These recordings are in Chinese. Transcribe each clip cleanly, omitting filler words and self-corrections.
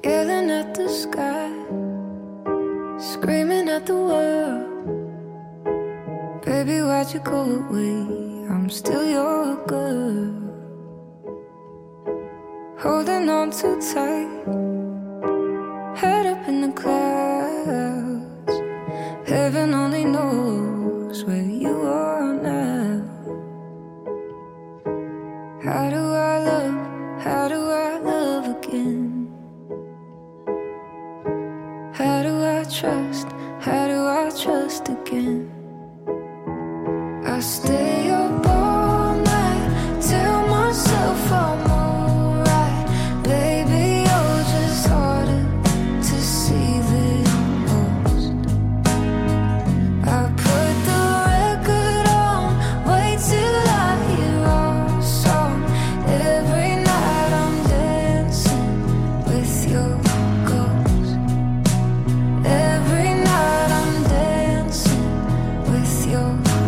yelling at the sky, screaming at the world. Baby, why'd you go away? I'm still your girl. Holding on too tight, head up in the clouds. Heaven only knows where you are now. How do I love again? How do I trust again? I stay up all night, tell myself I'm alright. Baby, you're just harder to see than most. I put the record on, wait till I hear our song. Every night I'm dancing with your ghost. Every night I'm dancing with your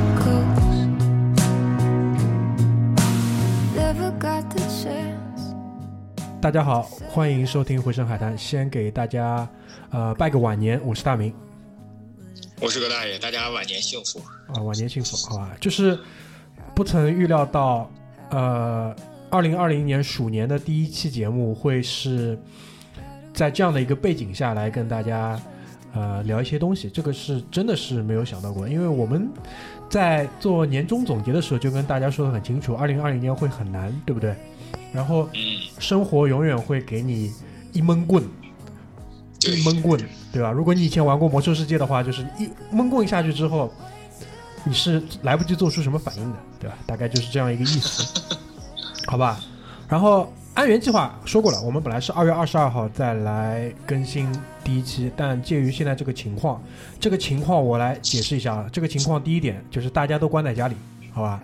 ghost.Never got the chance. 大家好，欢迎收听回声海滩。先给大家拜个晚年，我是大明， 我是个大爷，大家晚年幸福啊，晚年幸福，好吧？就是不曾预料到，2020年鼠年的第一期节目会是在这样的一个背景下来跟大家聊一些东西，这个是真的是没有想到过，因为我们在做年终总结的时候就跟大家说得很清楚，2020年会很难，对不对？然后生活永远会给你一闷棍，一闷棍，对吧？如果你以前玩过魔兽世界的话，就是一闷棍下去之后，你是来不及做出什么反应的，对吧？大概就是这样一个意思，好吧？然后安源计划说过了，我们本来是2月22号再来更新第一期，但介于现在这个情况我来解释一下。这个情况第一点就是大家都关在家里，好吧？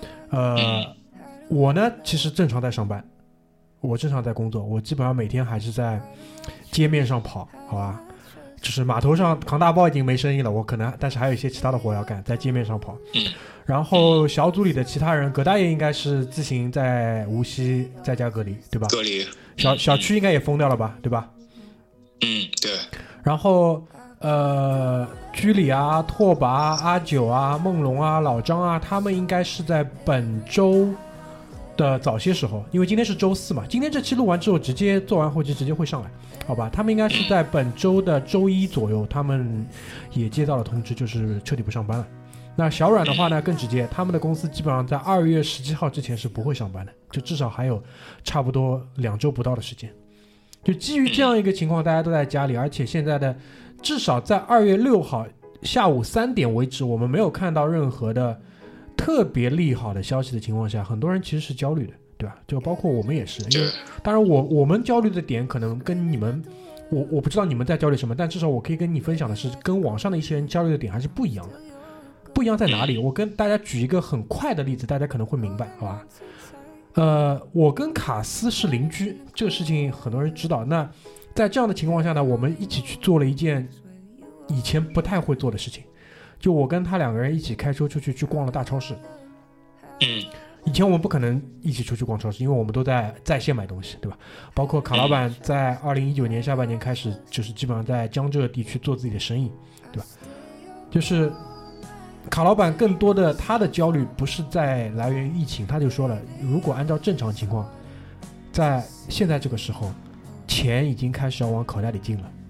我呢其实正常在上班，我正常在工作，我基本上每天还是在街面上跑，好吧？就是码头上扛大包已经没生意了，我可能但是还有一些其他的活要干，在街面上跑。然后小组里的其他人，葛大爷应该是自行在无锡在家隔离，对吧？ 隔离。 小区应该也封掉了吧，对吧？ 对。 然后居里啊、拓跋啊、阿九啊、梦龙啊、老张啊，他们应该是在本周的早些时候，因为今天是周四嘛，今天这期录完之后直接做完后期直接会上来，好吧？他们应该是在本周的周一左右，他们也接到了通知，就是彻底不上班了。那小阮的话呢更直接，他们的公司基本上在2月17号之前是不会上班的，就至少还有差不多2周不到的时间。就基于这样一个情况，大家都在家里，而且现在的至少在2月6号下午3点为止，我们没有看到任何的特别利好的消息的情况下，很多人其实是焦虑的，对吧？就包括我们也是，因为当然我们焦虑的点可能跟你们，我不知道你们在焦虑什么，但至少我可以跟你分享的是，跟网上的一些人焦虑的点还是不一样的。不一样在哪里？我跟大家举一个很快的例子，大家可能会明白，好吧？我跟卡斯是邻居，这个事情很多人知道。那在这样的情况下呢，我们一起去做了一件以前不太会做的事情，就我跟他2个人一起开车出去逛了大超市。以前我们不可能一起出去逛超市，因为我们都在线买东西，对吧？包括卡老板在2019年下半年开始，就是基本上在江浙地区做自己的生意，对吧？就是卡老板更多的他的焦虑不是在来源于疫情，他就说了，如果按照正常情况，在现在这个时候，钱已经开始要往口袋里进了。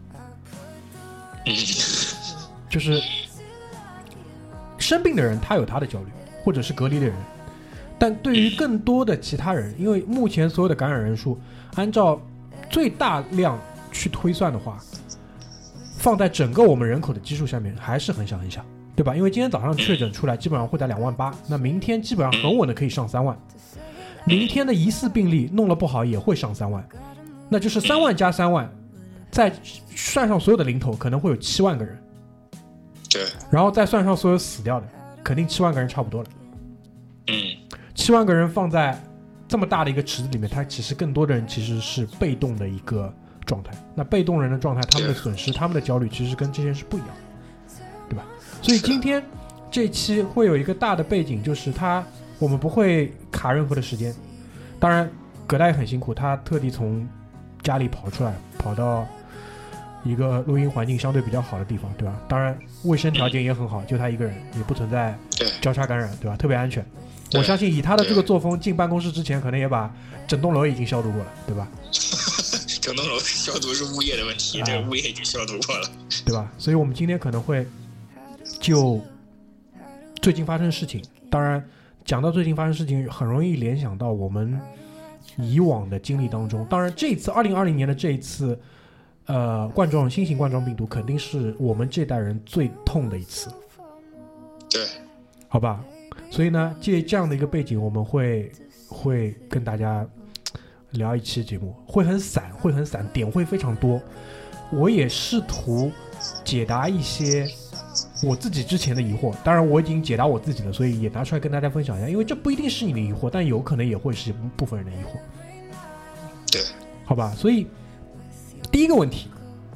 就是生病的人他有他的焦虑，或者是隔离的人，但对于更多的其他人，因为目前所有的感染人数按照最大量去推算的话，放在整个我们人口的基数下面还是很小很小，对吧？因为今天早上确诊出来基本上会在2万8，那明天基本上很稳的可以上3万，明天的疑似病例弄了不好也会上3万，那就是3万加3万，再算上所有的零头可能会有7万个人， 对， 然后再算上所有死掉的，肯定7万个人差不多了。7万个人放在这么大的一个池子里面，它其实更多的人其实是被动的一个状态。那被动人的状态，他们的损失、他们的焦虑，其实跟这些是不一样的，对吧？所以今天这期会有一个大的背景，就是我们不会卡任何的时间。当然，葛大也很辛苦，他特地从家里跑出来， 跑到一个录音环境相对比较好的地方，对吧？当然卫生条件也很好，就他一个人，也不存在交叉感染，对吧？特别安全。我相信以他的这个作风，进办公室之前可能也把整栋楼已经消毒过了，对吧？ 整栋楼消毒是物业的问题，这个物业已经消毒过了， 对吧？所以我们今天可能会就最近发生的事情，当然讲到最近发生的事情，很容易联想到我们以往的经历当中。当然，这一次2020年的这一次，新型冠状病毒肯定是我们这代人最痛的一次， 对， 好吧？所以呢，借这样的一个背景，我们会跟大家聊一期节目，会很散，点会非常多。我也试图解答一些我自己之前的疑惑，当然我已经解答我自己了，所以也拿出来跟大家分享一下，因为这不一定是你的疑惑，但有可能也会是部分人的疑惑， 对， 好吧？所以第一个问题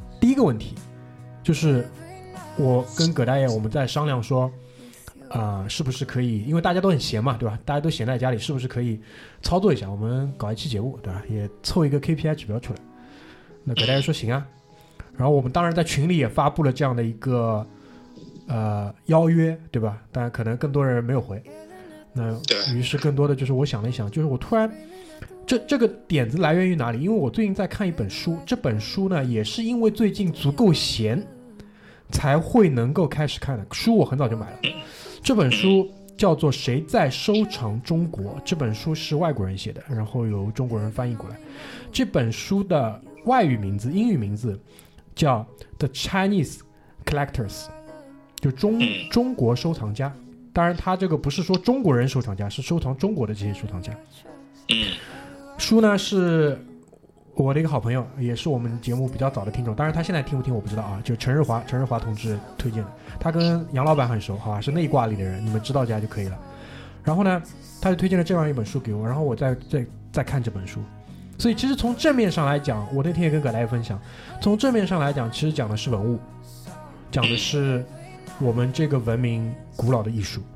就是我跟葛大爷我们在商量说，是不是可以，因为大家都很闲嘛，对吧？大家都闲在家里，是不是可以操作一下，我们搞一期节目，对吧？也凑一个 KPI 指标出来。那葛大爷说行啊，然后我们当然在群里也发布了这样的一个邀约，对吧？但可能更多人没有回。那于是更多的就是我想了一想，就是我突然这个点子来源于哪里？因为我最近在看一本书，这本书呢也是因为最近足够闲才会能够开始看的书，我很早就买了。这本书叫做《谁在收藏中国》，这本书是外国人写的，然后由中国人翻译过来。这本书的英语名字叫 The Chinese Collectors， 就中国收藏家。当然他这个不是说中国人收藏家，是收藏中国的这些收藏家。书呢是我的一个好朋友，也是我们节目比较早的听众，当然他现在听不听我不知道啊，就陈日华同志推荐的，他跟杨老板很熟，好吧，是内挂里的人，你们知道家就可以了。然后呢，他就推荐了这样一本书给我，然后我再看这本书。所以其实从正面上来讲，我那天也跟葛大爷分享，从正面上来讲，其实讲的是文物，讲的是我们这个文明古老的艺术。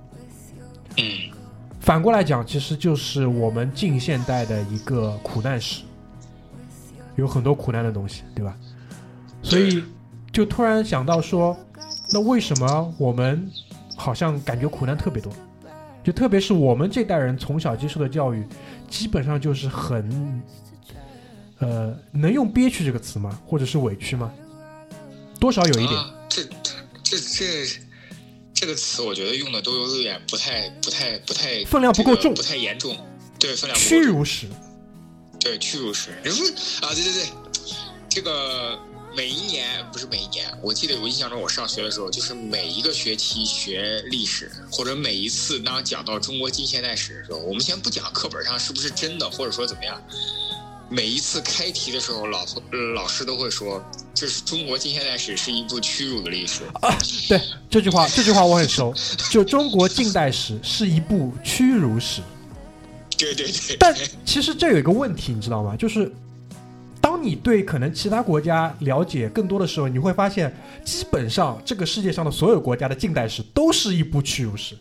反过来讲，其实就是我们近现代的一个苦难史。有很多苦难的东西，对吧？所以就突然想到说，那为什么我们好像感觉苦难特别多？就特别是我们这代人从小接受的教育，基本上就是很，能用憋屈这个词吗？或者是委屈吗？多少有一点。 这个词，我觉得用的都有点不太分量不够重， 不太严重。对，分量不够重。 屈辱史。 对，屈辱史。对，这个我记得我印象中我上学的时候，就是每一个学期学历史，或者每一次当讲到中国近现代史的时候，我们先不讲课本上是不是真的，或者说怎么样，每一次开题的时候，老师都会说，这是中国近现代史是一部屈辱的历史啊。对，这句话我很熟，就中国近代史是一部屈辱史。 对， 但其实这有一个问题，你知道吗？就是当你对可能其他国家了解更多的时候，你会发现，基本上这个世界上的所有国家的近代史都是一部屈辱史。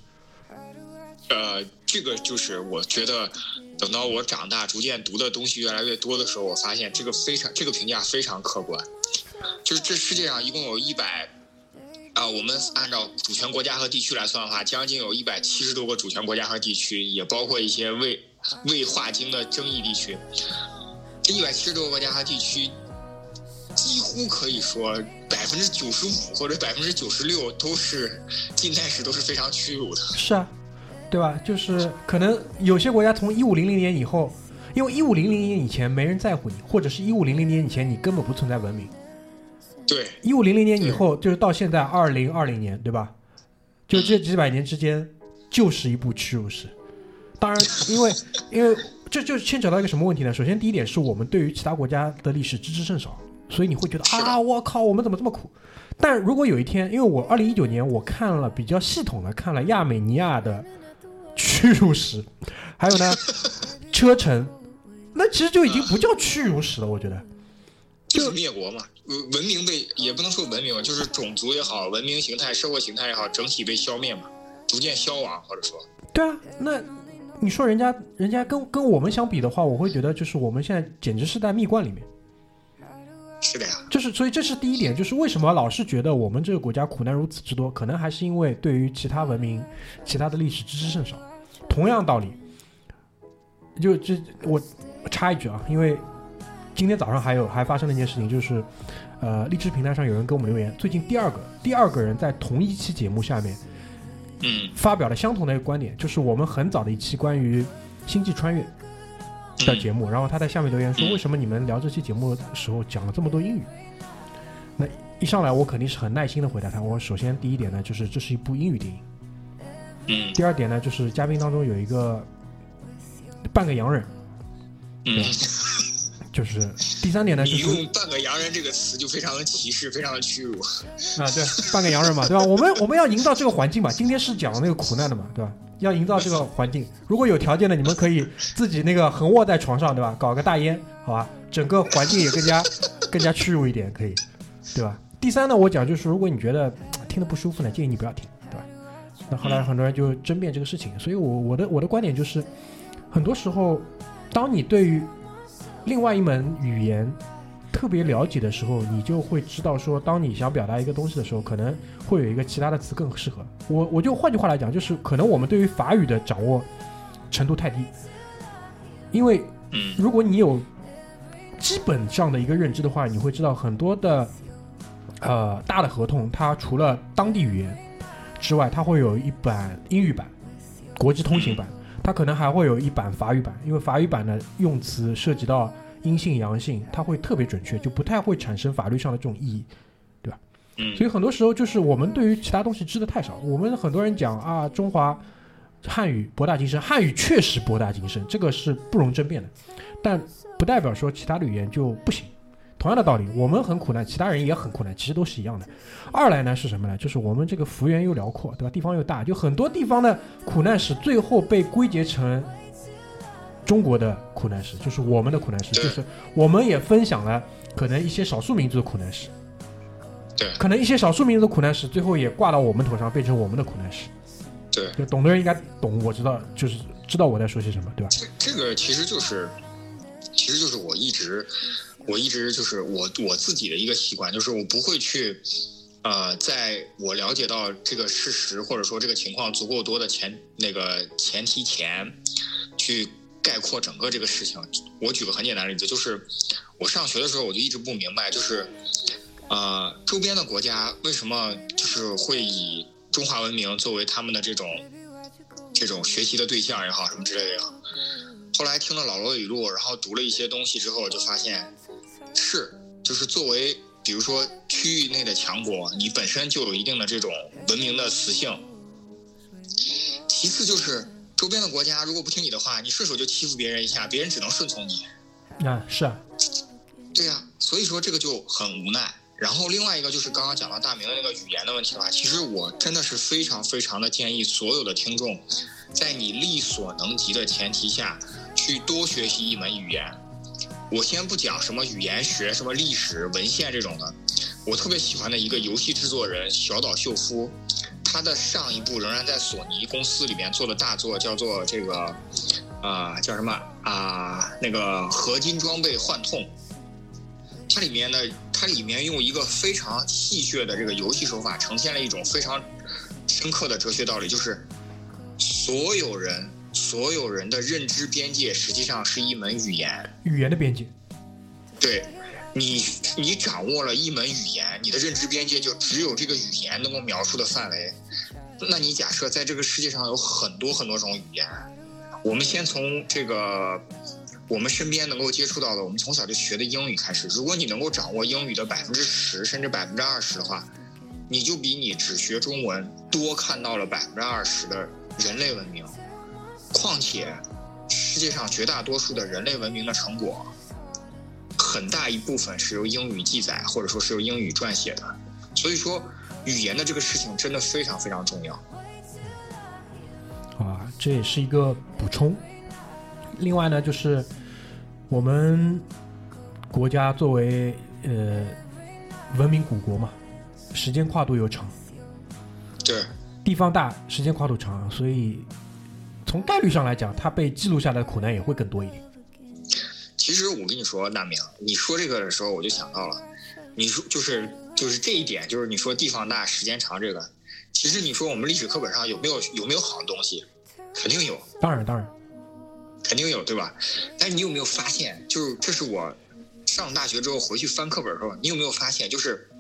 这个就是我觉得，等到我长大，逐渐读的东西越来越多的时候，我发现这个评价非常客观。就是这世界上一共有我们按照主权国家和地区来算的话，将近有170多个主权国家和地区，也包括一些未划经的争议地区。这170多个国家和地区，几乎可以说95%或者96%都是近代史都是非常屈辱的。 是啊，对吧？就是可能有些国家从1500年以后，因为1500年以前没人在乎你，或者是1500年以前你根本不存在文明。 对 ，1500年以后就是到现在2020年，对吧？就这几百年之间，就是一部屈辱史。当然，因为这就牵扯到一个什么问题呢？首先，第一点是我们对于其他国家的历史知之甚少，所以你会觉得我靠，我们怎么这么苦？但如果有一天，因为我2019年我看了比较系统的看了亚美尼亚的屈辱史，还有呢车臣，那其实就已经不叫屈辱史了，我觉得。 就是灭国嘛，文明也不能说文明，就是种族也好，文明形态、社会形态也好，整体被消灭嘛，逐渐消亡，或者说。 对啊，那你说人家跟我们相比的话，我会觉得就是我们现在简直是在蜜罐里面。 是的呀， 所以这是第一点，就是为什么老是觉得我们这个国家苦难如此之多，可能还是因为对于其他文明、其他的历史知识甚少。同样道理，我插一句啊，因为今天早上还发生了一件事情，就是荔枝平台上有人给我们留言，最近第二个人在同一期节目下面，发表了相同的一个观点，就是我们很早的一期关于星际穿越的节目，然后他在下面留言说，为什么你们聊这期节目的时候讲了这么多英语？那一上来我肯定是很耐心的回答他，我首先第一点呢，就是这是一部英语电影。第二点呢，就是嘉宾当中有一个半个洋人，就是第三点呢，就是你用半个洋人这个词就非常的歧视，非常的屈辱啊，对，半个洋人嘛，对吧？我们要营造这个环境嘛，今天是讲那个苦难的嘛，对吧？要营造这个环境，如果有条件的，你们可以自己那个横卧在床上，对吧？搞个大烟，好吧，整个环境也更加屈辱一点，可以，对吧？第三呢，我讲就是，如果你觉得听得不舒服呢，建议你不要听，对吧？那后来很多人就争辩这个事情，所以我的观点就是，很多时候，当你对于另外一门语言特别了解的时候，你就会知道说，当你想表达一个东西的时候，可能会有一个其他的词更适合。我就换句话来讲，就是可能我们对于法语的掌握程度太低，因为如果你有基本上的一个认知的话，你会知道很多的大的合同，它除了当地语言之外，它会有一版英语版、国际通行版，它可能还会有一版法语版，因为法语版的用词涉及到阴性阳性，它会特别准确，就不太会产生法律上的这种意义，对吧？所以很多时候就是我们对于其他东西知的太少。我们很多人讲啊，中华汉语博大精深，汉语确实博大精深，这个是不容争辩的，但不代表说其他的语言就不行。同样的道理，我们很苦难，其他人也很苦难，其实都是一样的。二来呢是什么呢？就是我们这个幅员又辽阔，对吧？地方又大，就很多地方的苦难史最后被归结成中国的苦难史，就是我们的苦难史，就是我们也分享了可能一些少数民族的苦难史， 对， 可能一些少数民族的苦难史最后也挂到我们头上，变成我们的苦难史。 对， 就懂的人应该懂，我知道，就是知道我在说些什么，对吧？ 这个其实就是我一直就是我自己的一个习惯，就是我不会去在我了解到这个事实或者说这个情况足够多的前提前去概括整个这个事情。我举个很简单的例子，就是我上学的时候我就一直不明白，就是周边的国家为什么就是会以中华文明作为他们的这种学习的对象也好，什么之类的也好。后来听了老罗语录，然后读了一些东西之后，就发现就是作为比如说区域内的强国，你本身就有一定的这种文明的磁性。其次就是周边的国家如果不听你的话，你顺手就欺负别人一下，别人只能顺从你。 是啊， 对呀，所以说这个就很无奈。然后另外一个就是刚刚讲到大明的那个语言的问题的话，其实我真的是非常非常的建议所有的听众，在你力所能及的前提下，去多学习一门语言。我先不讲什么语言学、什么历史文献这种的，我特别喜欢的一个游戏制作人小岛秀夫，他的上一部仍然在索尼公司里面做的大作叫做这个叫什么那个合金装备幻痛。它里面用一个非常戏谑的这个游戏手法，呈现了一种非常深刻的哲学道理，就是所有人的认知边界实际上是一门语言的边界。 对，你掌握了一门语言，你的认知边界就只有这个语言能够描述的范围。那你假设在这个世界上有很多很多种语言，我们先从这个我们身边能够接触到的，我们从小就学的英语开始。如果你能够掌握英语的10%甚至20%的话，你就比你只学中文多看到了20%的人类文明。况且世界上绝大多数的人类文明的成果，很大一部分是由英语记载或者说是由英语撰写的。所以说语言的这个事情真的非常非常重要。 这也是一个补充。另外呢，就是我们国家作为文明古国嘛，时间跨度又长， 对， 地方大，时间跨度长，所以从概率上来讲，它被记录下来的苦难也会更多一点。 其其实我跟你说，大明，你说这个的时候我就想到了，你说就是这一点，就是你说地方大时间长这个，其实你说我们历史课本上有没有好的东西？肯定有， 当然肯定有，对吧？但是你有没有发现，就是这是我上大学之后回去翻课本的时候，你有没有发现，就是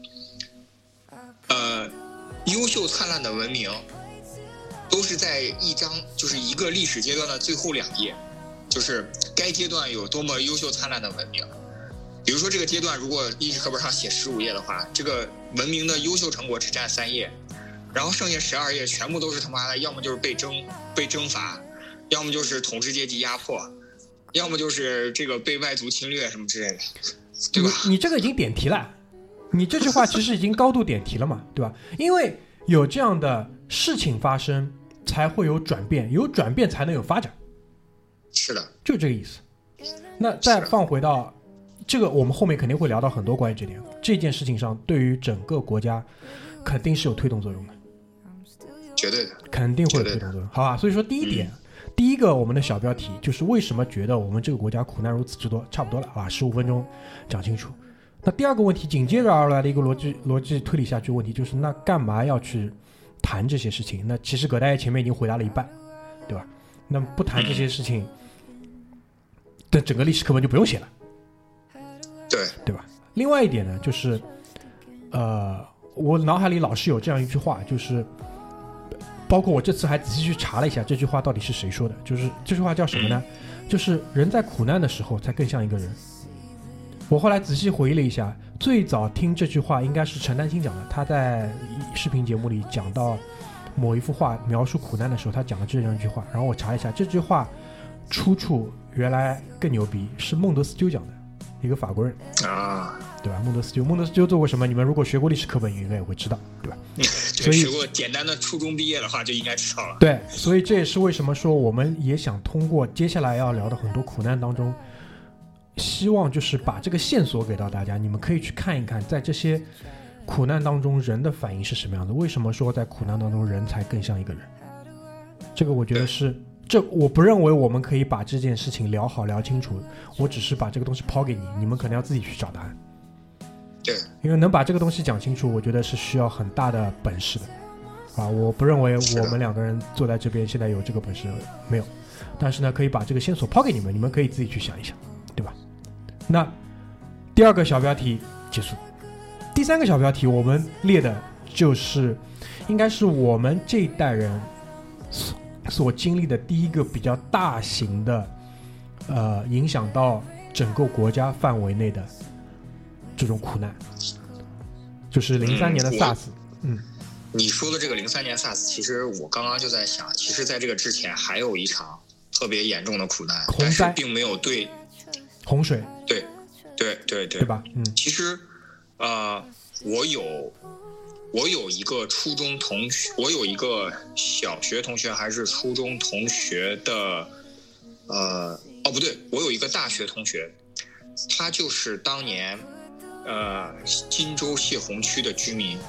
优秀灿烂的文明都是在就是一个历史阶段的最后2页，就是该阶段有多么优秀灿烂的文明。比如说这个阶段如果历史课本上写15页的话，这个文明的优秀成果只占3页，然后剩下12页全部都是他妈的要么就是被征伐，要么就是统治阶级压迫，要么就是这个被外族侵略什么之类的，对吧？ 你这个已经点题了，你这句话其实已经高度点题了嘛，对吧？因为有这样的事情发生，才会有转变，有转变才能有发展。 是的， 就这个意思。那再放回到这个，我们后面肯定会聊到很多关于这件事情上，对于整个国家肯定是有推动作用的， 绝对的， 肯定会有推动作用，好吧？所以说第一点，第一个我们的小标题就是为什么觉得我们这个国家苦难如此之多，差不多了啊，15分钟讲清楚。那第二个问题紧接着而来的一个逻辑推理下去问题就是，那干嘛要去谈这些事情？那其实葛大爷前面已经回答了一半，对吧？那不谈这些事情，这整个历史课本就不用写了，对吧？另外一点呢，就是我脑海里老是有这样一句话，就是包括我这次还仔细去查了一下这句话到底是谁说的，就是这句话叫什么呢？就是人在苦难的时候才更像一个人。我后来仔细回忆了一下，最早听这句话应该是陈丹青讲的，他在视频节目里讲到某一幅画描述苦难的时候，他讲了这样一句话，然后我查了一下，这句话出处原来更牛逼，是孟德斯鸠讲的，一个法国人啊， 对吧？孟德斯鸠做过什么？你们如果学过历史课本，应该也会知道，对吧？ 所以学过简单的初中毕业的话，就应该知道了。 对，所以这也是为什么说我们也想通过接下来要聊的很多苦难当中，希望就是把这个线索给到大家，你们可以去看一看，在这些苦难当中人的反应是什么样的。为什么说在苦难当中人才更像一个人？这个我觉得是，我不认为我们可以把这件事情聊好聊清楚，我只是把这个东西抛给你，你们可能要自己去找答案。 对， 因为能把这个东西讲清楚，我觉得是需要很大的本事的啊！我不认为我们2个人坐在这边现在有这个本事，没有。但是呢，可以把这个线索抛给你们，你们可以自己去想一想，对吧？那第2个小标题结束，第3个小标题我们列的就是应该是我们这一代人所经历的第一个比较大型的影响到整个国家范围内的这种苦难，就是03年的 SARS。 你说的这个03年 SARS， 其实我刚刚就在想，其实在这个之前还有一场特别严重的苦难，但是并没有对洪水， 对吧？ 其实我有一个初中同学，我有一个小学同学还是初中同学的不对，我有一个大学同学，他就是当年荆州谢洪区的居民。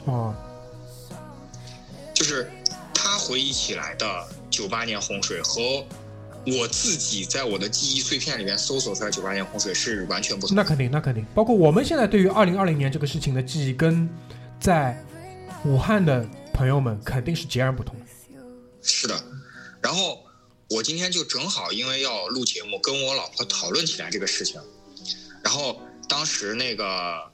就是他回忆起来的98年洪水和我自己在我的记忆碎片里面搜索出来98年洪水是完全不同的。 那肯定，包括我们现在对于2020年这个事情的记忆，跟在武汉的朋友们肯定是截然不同的。 是的，然后我今天就正好因为要录节目，跟我老婆讨论起来这个事情，然后当时那个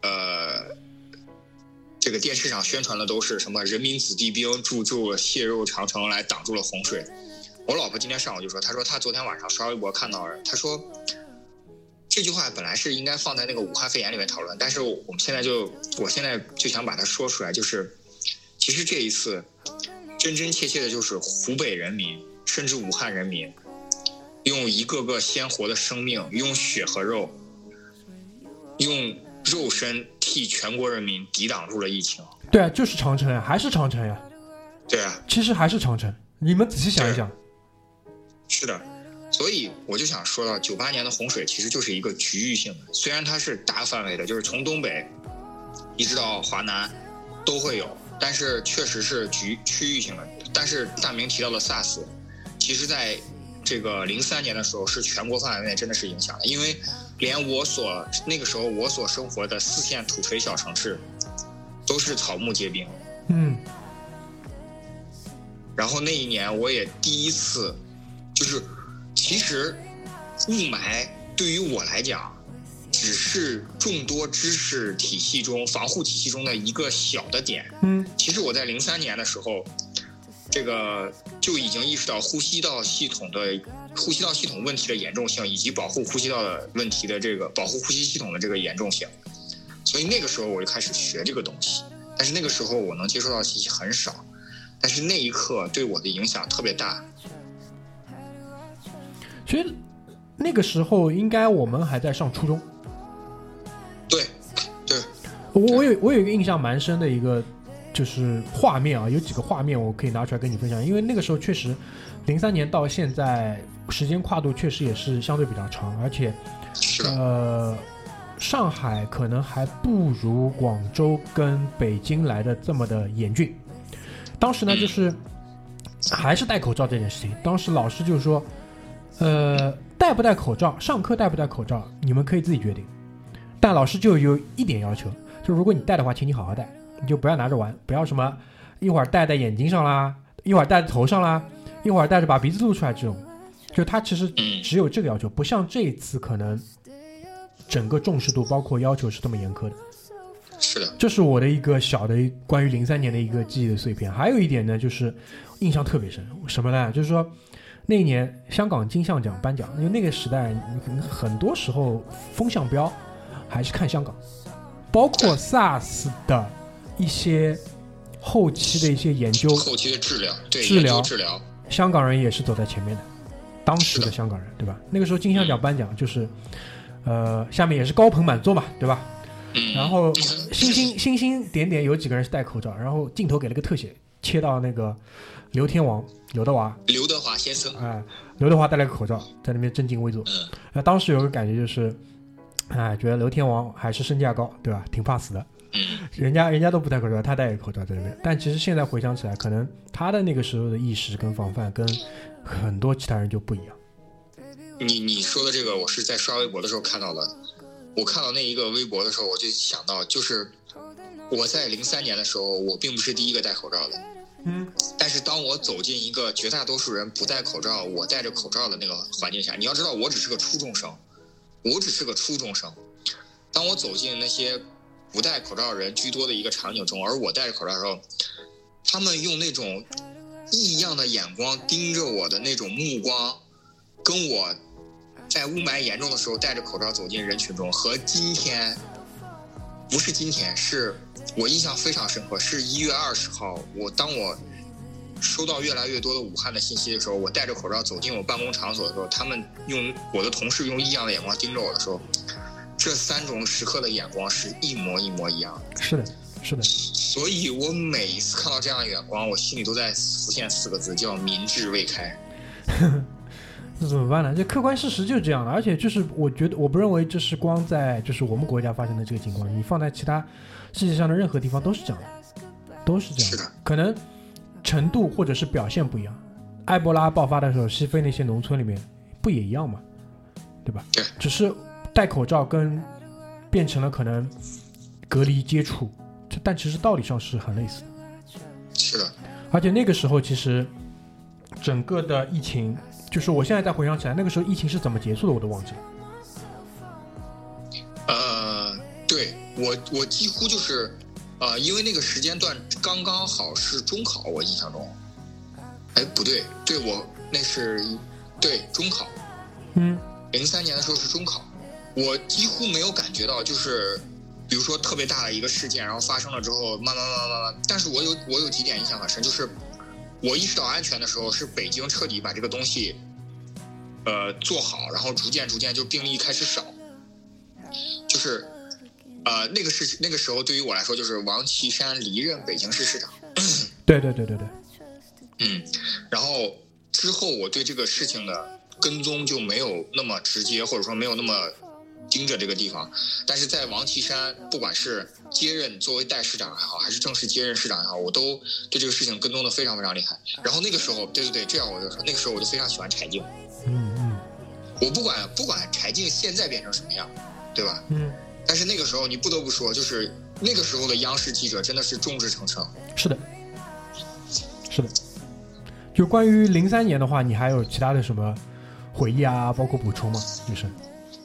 这个电视上宣传的都是什么人民子弟兵筑血肉长城来挡住了洪水。我老婆今天上午就说，她说她昨天晚上刷微博看到了，她说这句话本来是应该放在那个武汉肺炎里面讨论，但是我现在就想把它说出来，就是其实这一次真真切切的就是湖北人民甚至武汉人民用一个个鲜活的生命，用血和肉，用肉身替全国人民抵挡住了疫情。 对啊，就是长城啊，还是长城呀。 对啊， 其实还是长城，你们仔细想一想。 是的，所以我就想说到98年的洪水其实就是一个局域性的，虽然它是大范围的，就是从东北一直到华南都会有，但是确实是区域性的。但是大明提到的 SARS， 其实在这个03年的时候是全国范围内真的是影响的，因为连那个时候我所生活的4线土锤小城市都是草木皆兵。然后那一年我也第一次，就是其实雾霾对于我来讲只是众多知识体系中防护体系中的一个小的点。其实我在03年的时候，这个就已经意识到呼吸道系统问题的严重性，以及保护呼吸道的问题的保护呼吸系统的这个严重性。所以那个时候我就开始学这个东西，但是那个时候我能接受到的信息很少，但是那一刻对我的影响特别大。 其实那个时候应该我们还在上初中。 对， 我有一个印象蛮深的一个就是画面啊，有几个画面我可以拿出来跟你分享，因为那个时候确实03年到现在时间跨度确实也是相对比较长，而且上海可能还不如广州跟北京来的这么的严峻。当时呢就是还是戴口罩这件事情，当时老师就说戴不戴口罩，上课戴不戴口罩你们可以自己决定，但老师就有一点要求，就如果你戴的话请你好好戴，你就不要拿着玩，不要什么一会儿戴在眼睛上啦，一会儿戴在头上啦，一会儿戴着把鼻子露出来，这种就他其实只有这个要求，不像这一次可能整个重视度包括要求是这么严苛的。 是的， 这是我的一个小的关于03年的一个记忆的碎片。还有一点呢，就是印象特别深，什么呢？就是说那一年香港金像奖颁奖，因为那个时代你可能很多时候风向标还是看香港，包括 SARS 的一些后期的一些研究， 后期的治疗，对， 治疗，香港人也是走在前面的，当时的香港人，对吧？那个时候金像奖颁奖就是下面也是高朋满座嘛，对吧？然后星星点点有几个人是戴口罩，然后镜头给了个特写，切到那个刘天王刘德华先生， 刘德华戴了个口罩在那边正襟危坐。当时有个感觉就是觉得刘天王还是身价高，对吧？挺怕死的。人家都不戴口罩，他戴个口罩在那边。但其实现在回想起来，可能他的那个时候的意识跟防范跟很多其他人就不一样。 你说的这个，我是在刷微博的时候看到的。我看到那一个微博的时候，我就想到，就是我在03年的时候，我并不是第一个戴口罩的。但是当我走进一个绝大多数人不戴口罩，我戴着口罩的那个环境下，你要知道，我只是个初中生。当我走进那些不戴口罩人居多的一个场景中，而我戴着口罩的时候，他们用那种异样的眼光盯着我的那种目光，跟我在雾霾严重的时候戴着口罩走进人群中，和今天不是今天，是我印象非常深刻，是1月20号，当我收到越来越多的武汉的信息的时候，我戴着口罩走进我办公场所的时候，我的同事用异样的眼光盯着我的时候，这3种时刻的眼光是一模一样的。 是的。 所以我每一次看到这样的眼光，我心里都在浮现4个字，叫民智未开。 那怎么办呢？这客观事实就是这样的，而且就是我不认为这是光在就是我们国家发生的这个情况，你放在其他世界上的任何地方都是这样的，可能程度或者是表现不一样。埃博拉爆发的时候，西非那些农村里面不也一样吗？对吧？只是戴口罩跟变成了可能隔离接触，但其实道理上是很类似的。 是的， 而且那个时候其实整个的疫情，就是我现在再回想起来，那个时候疫情是怎么结束的我都忘记了。 对，我几乎就是因为那个时间段刚刚好是中考，我印象中，不对，对，我那是对中考，03年的时候是中考，我几乎没有感觉到就是比如说特别大的一个事件，然后发生了之后慢慢，但是我有几点印象很深，就是我意识到安全的时候是北京彻底把这个东西做好，然后逐渐就病例开始少，就是那个时候对于我来说就是王岐山离任北京市市长。 对。 然后之后我对这个事情的跟踪就没有那么直接，或者说没有那么盯着这个地方，但是在王岐山不管是接任作为代市长也好，还是正式接任市长也好，我都对这个事情跟踪的非常厉害。然后那个时候对，这样我就说那个时候我就非常喜欢柴静。 我不管柴静现在变成什么样，对吧？但是那个时候你不得不说，就是那个时候的央视记者真的是众志成城。 是的。就关于03年的话，你还有其他的什么回忆啊，包括补充吗？就是，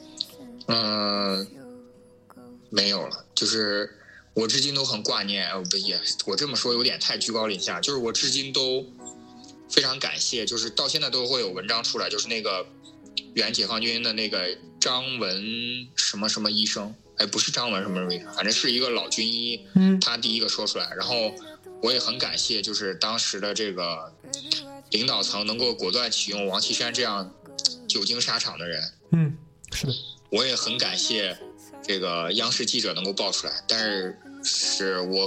没有了。就是我至今都很挂念，不也，我这么说有点太居高临下。就是我至今都非常感谢，就是到现在都会有文章出来，就是那个原解放军的那个张文什么什么医生，不是张文什么什么医生，反正是一个老军医，他第一个说出来，然后我也很感谢，就是当时的这个领导层能够果断启用王岐山这样久经沙场的人。 是的。 我也很感谢这个央视记者能够爆出来，但是我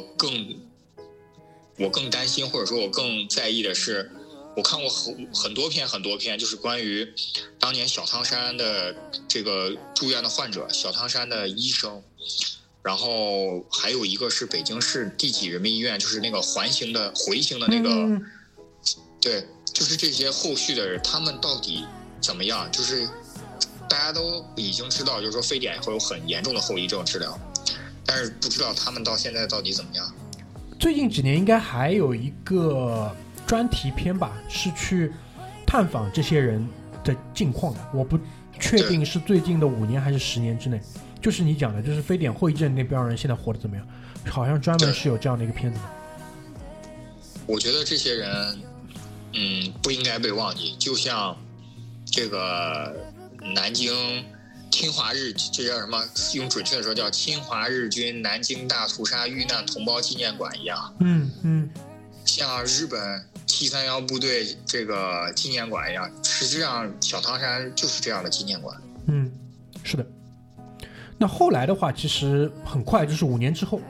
更担心，或者说我更在意的是，我看过很多篇，就是关于当年小汤山的这个住院的患者，小汤山的医生，然后还有一个是北京市第几人民医院，就是那个回形的那个，对，就是这些后续的人，他们到底怎么样？就是大家都已经知道，就是说非典会有很严重的后遗症治疗，但是不知道他们到现在到底怎么样。 最近几年应该还有一个专题片吧，是去探访这些人的近况的，我不确定是最近的5年还是10年之内。就是你讲的，就是非典后遗症那边人现在活得怎么样，好像专门是有这样的一个片子的。 我觉得这些人不应该被忘记，就像这个南京侵华日，这叫什么，用准确的说叫侵华日军南京大屠杀遇难同胞纪念馆一样。像日本731部队这个纪念馆一样，实际上小汤山就是这样的纪念馆。 是的。那后来的话，其实很快，就是5年之后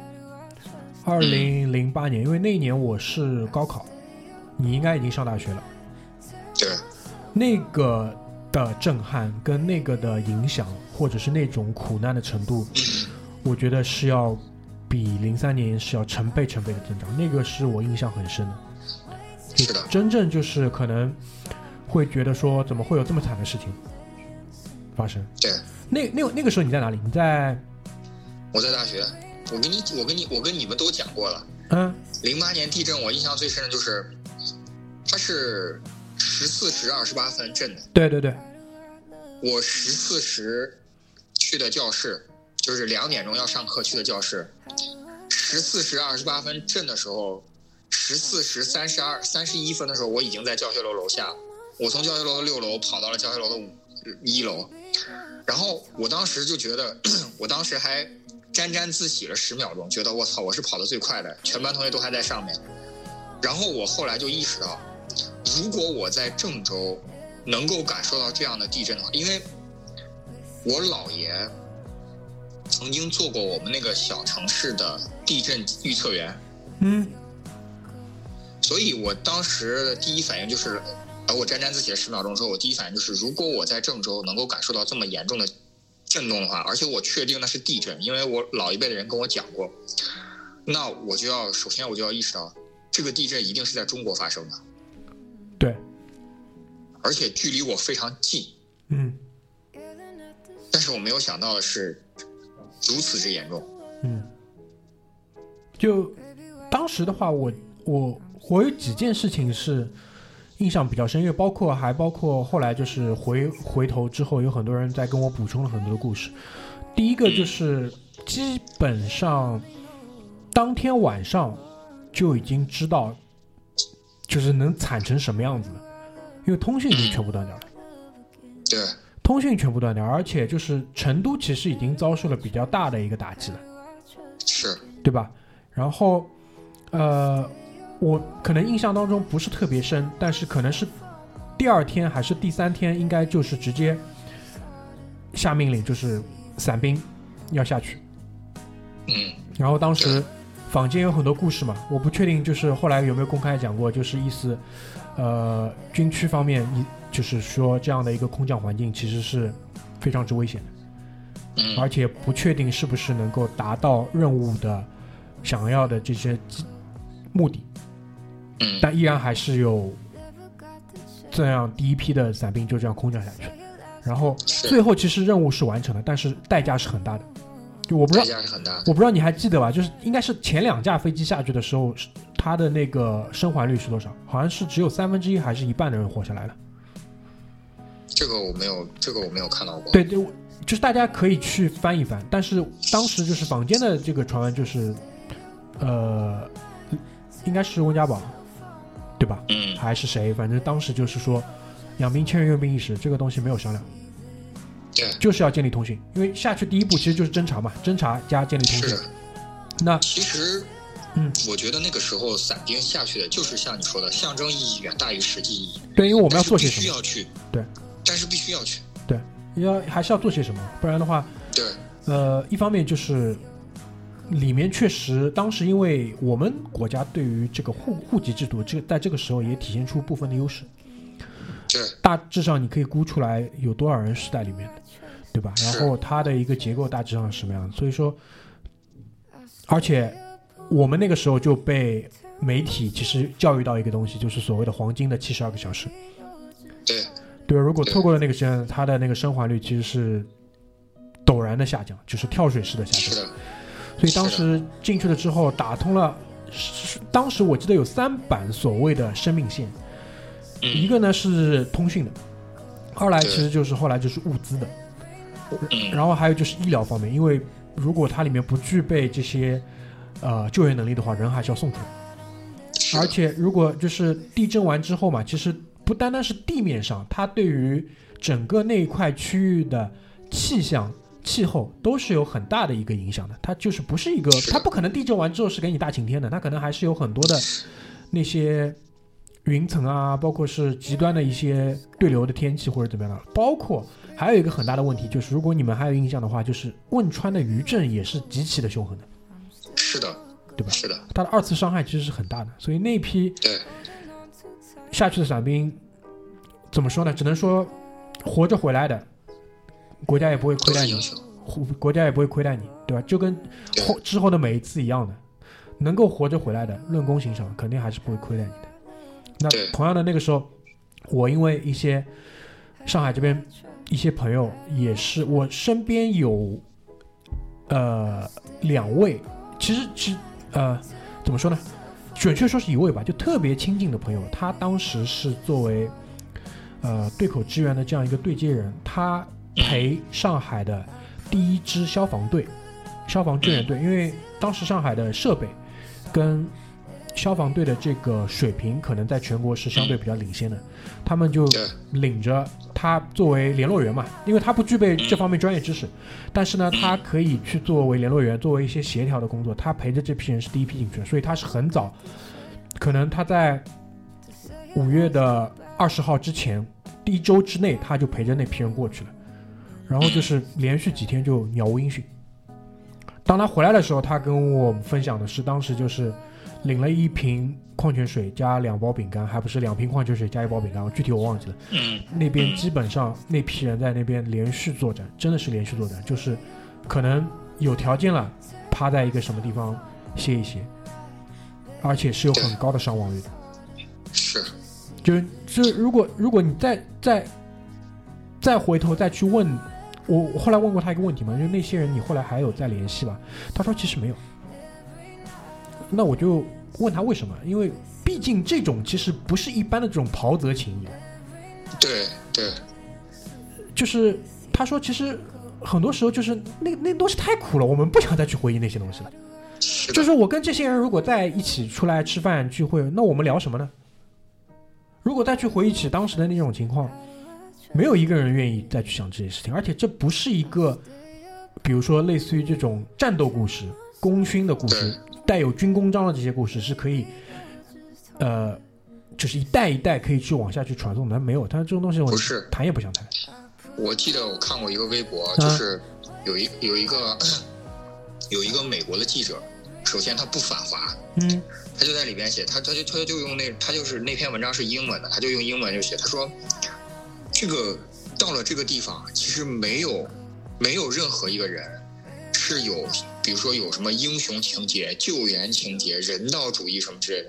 ，2008年，因为那一年我是高考，你应该已经上大学了。 对。 那个的震撼跟那个的影响，或者是那种苦难的程度，我觉得是要比03年是要成倍的增长，那个是我印象很深的。 是的。 真正就是可能会觉得说，怎么会有这么惨的事情发生？ 对。 那个时候你在哪里？ 我在大学。我跟你们都讲过了。08年地震，我印象最深的就是它是14时28分震的。 对对对。 我14时去的教室，就是2点钟要上课去的教室。14时28分震的时候，14时31分的时候，我已经在教学楼楼下。我从教学楼的6楼跑到了教学楼的1楼。然后我当时就觉得，我当时还沾沾自喜了10秒钟，觉得我操，我是跑得最快的，全班同学都还在上面。然后我后来就意识到，如果我在郑州能够感受到这样的地震的话，因为我姥爷曾经做过我们那个小城市的地震预测员。所以我当时的第一反应就是，我沾沾自喜了10秒钟之后，我第一反应就是，如果我在郑州能够感受到这么严重的震动的话，而且我确定那是地震，因为我老一辈的人跟我讲过，那我就要首先意识到，这个地震一定是在中国发生的。 对。 而且距离我非常近。但是我没有想到的是，如此之严重。 就当时的话，我有几件事情是印象比较深，因为包括后来就是回头之后，有很多人在跟我补充了很多的故事。第一个就是基本上当天晚上就已经知道，就是能惨成什么样子了，因为通讯已经全部断掉了。 对。 通讯全部断掉，而且就是成都其实已经遭受了比较大的一个打击了， 是， 对吧？然后，我可能印象当中不是特别深，但是可能是第2天还是第3天，应该就是直接下命令，就是伞兵要下去。然后当时坊间有很多故事嘛，我不确定就是后来有没有公开讲过，就是意思，军区方面就是说这样的一个空降环境其实是非常之危险的，而且不确定是不是能够达到任务的想要的这些目的，但依然还是有这样第一批的伞兵就这样空降下去。 然后最后其实任务是完成了，但是代价是很大的。就我不知道， 代价是很大的。 我不知道你还记得吧？就是应该是前2架飞机下去的时候，它的那个生还率是多少？好像是只有1/3还是1半的人活下来了。 这个我没有看到过。 对对，就是大家可以去翻一翻。但是当时就是坊间的这个传闻就是，应该是温家宝，对吧？还是谁？反正当时就是说，养兵千日，用兵一时，这个东西没有商量。 对， 就是要建立通讯，因为下去第一步其实就是侦查嘛，侦查加建立通讯。那其实，我觉得那个时候伞兵下去的就是像你说的，象征意义远大于实际意义。 对，因为我们要做些什么， 必须要去。 对， 但是必须要去。 对，还是要做些什么，不然的话， 对， 一方面就是里面确实当时因为我们国家对于这个户籍制度，在这个时候也体现出部分的优势。大致上你可以估出来有多少人是在里面的，对吧？然后它的一个结构大致上是什么样的，所以说，而且我们那个时候就被媒体其实教育到一个东西，就是所谓的黄金的72个小时。对，如果错过了那个时间，它的那个生还率其实是陡然的下降，就是跳水式的下降。所以当时进去了之后，打通了，当时我记得有3版所谓的生命线。一个呢是通讯的，二来其实就是后来就是物资的，然后还有就是医疗方面，因为如果它里面不具备这些救援能力的话，人还是要送出来。而且如果就是地震完之后嘛，其实不单单是地面上，它对于整个那一块区域的气象气候都是有很大的一个影响的。它就是不是一个，它不可能地震完之后是给你大晴天的，它可能还是有很多的那些云层啊，包括是极端的一些对流的天气或者怎么样的，包括还有一个很大的问题，就是如果你们还有印象的话，就是汶川的余震也是极其的凶狠的。 是的， 对吧？ 是的， 它的2次伤害其实是很大的，所以那批下去的伞兵怎么说呢？只能说活着回来的，国家也不会亏待你，国家也不会亏待你，对吧？就跟之后的每一次一样的，能够活着回来的，论功行赏，肯定还是不会亏待你的。那同样的那个时候，我因为一些上海这边一些朋友也是，我身边有2位，其实怎么说呢？准确说是1位吧，就特别亲近的朋友，他当时是作为对口支援的这样一个对接人，他陪上海的第1支消防救援队，因为当时上海的设备跟消防队的这个水平可能在全国是相对比较领先的，他们就领着他作为联络员嘛，因为他不具备这方面专业知识，但是呢他可以去作为联络员，作为一些协调的工作，他陪着这批人是第一批进去的，所以他是很早，可能他在5月的20号之前第1周之内他就陪着那批人过去了，然后就是连续几天就杳无音讯。当他回来的时候，他跟我们分享的是当时就是领了1瓶矿泉水加2包饼干，还不是2瓶矿泉水加1包饼干，具体我忘记了。那边基本上那批人在那边连续作战，真的是连续作战，就是可能有条件了，趴在一个什么地方歇一歇，而且是有很高的伤亡率的。 是， 就如果你再回头再去问我后来问过他一个问题嘛，就那些人你后来还有再联系吧？他说其实没有。那我就问他为什么？因为毕竟这种其实不是一般的这种袍泽情谊。 对， 就是他说其实很多时候就是那东西太苦了，我们不想再去回忆那些东西了。就是我跟这些人如果在一起出来吃饭聚会，那我们聊什么呢？如果再去回忆起当时的那种情况，没有一个人愿意再去想这些事情，而且这不是一个比如说类似于这种战斗故事、功勋的故事，带有军功章的这些故事是可以就是一代一代可以去往下去传送的，没有，它这种东西我谈也不想谈。 我记得我看过一个微博，就是有一个美国的记者，首先他不反华，他就在里边写，他就用他就是那篇文章是英文的，他就用英文就写，他说这个到了这个地方，其实没有任何一个人是有，比如说有什么英雄情节、救援情节、人道主义什么之类的，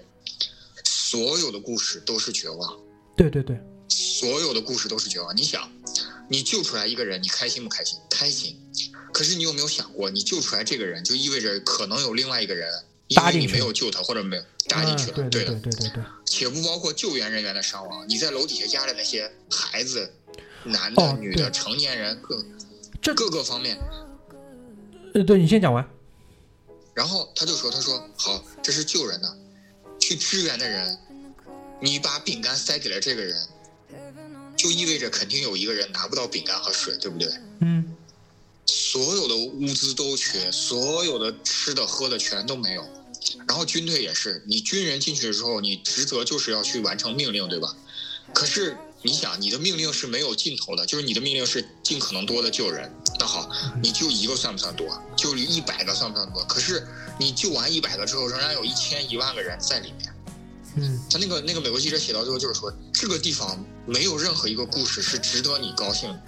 所有的故事都是绝望。 对， 所有的故事都是绝望。你你救出来一个人，你开心不开心？开心。可是你有没有想过，你救出来这个人，就意味着可能有另外一个人，因为你没有救他或者没有搭进去了， 对的， 对。 且不包括救援人员的伤亡，你在楼底下压着那些孩子，男的、女的、成年人，各个方面。 对，你先讲完。 然后他说好，这是救人的，去支援的人，你把饼干塞给了这个人，就意味着肯定有一个人拿不到饼干和水，对不对？所有的物资都缺，所有的吃的喝的全都没有。然后军队也是，你军人进去的时候，你职责就是要去完成命令，对吧？可是你想，你的命令是没有尽头的，就是你的命令是尽可能多的救人。那好，你救一个算不算多？救100个算不算多？可是你救完100个之后，仍然有1000、1万个人在里面。他那个美国记者写到最后就是说，这个地方没有任何一个故事是值得你高兴的。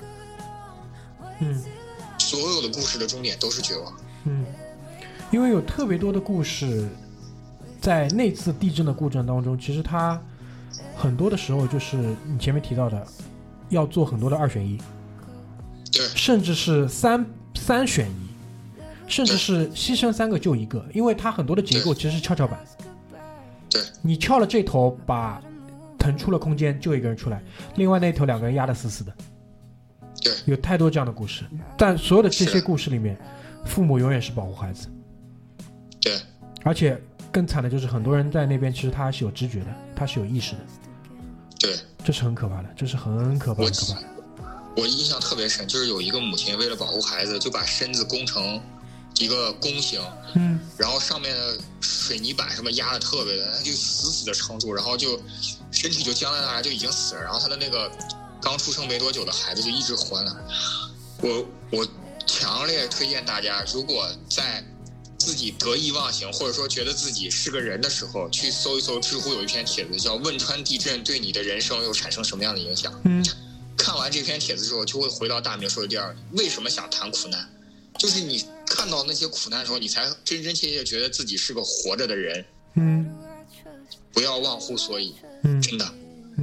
所有的故事的终点都是绝望。 因为有特别多的故事，在那次地震的过程当中，其实它很多的时候就是你前面提到的，要做很多的2选1， 对， 甚至是3选1，甚至是牺牲3个救1个，因为它很多的结构其实是跷跷板。 对， 你撬了这头，把腾出了空间，救一个人出来，另外那头2个人压得死死的。 对， 有太多这样的故事，但所有的这些故事里面，父母永远是保护孩子。 对， 而且更惨的就是很多人在那边其实他是有知觉的，他是有意识的。 对， 这是很可怕的，这是很可怕的。 我印象特别深，就是有一个母亲为了保护孩子，就把身子工成一个弓形，然后上面的水泥板什么压的特别的，就死的撑住，然后就身体就僵在那儿，就已经死了。然后他的那个刚出生没多久的孩子就一直活呢。我强烈推荐大家，如果在自己得意忘形，或者说觉得自己是个人的时候，去搜一搜知乎有一篇帖子叫汶川地震对你的人生又产生什么样的影响。看完这篇帖子之后，就会回到大明说的第2，为什么想谈苦难，就是你看到那些苦难的时候，你才真真切切觉得自己是个活着的人。不要忘乎所以。真的。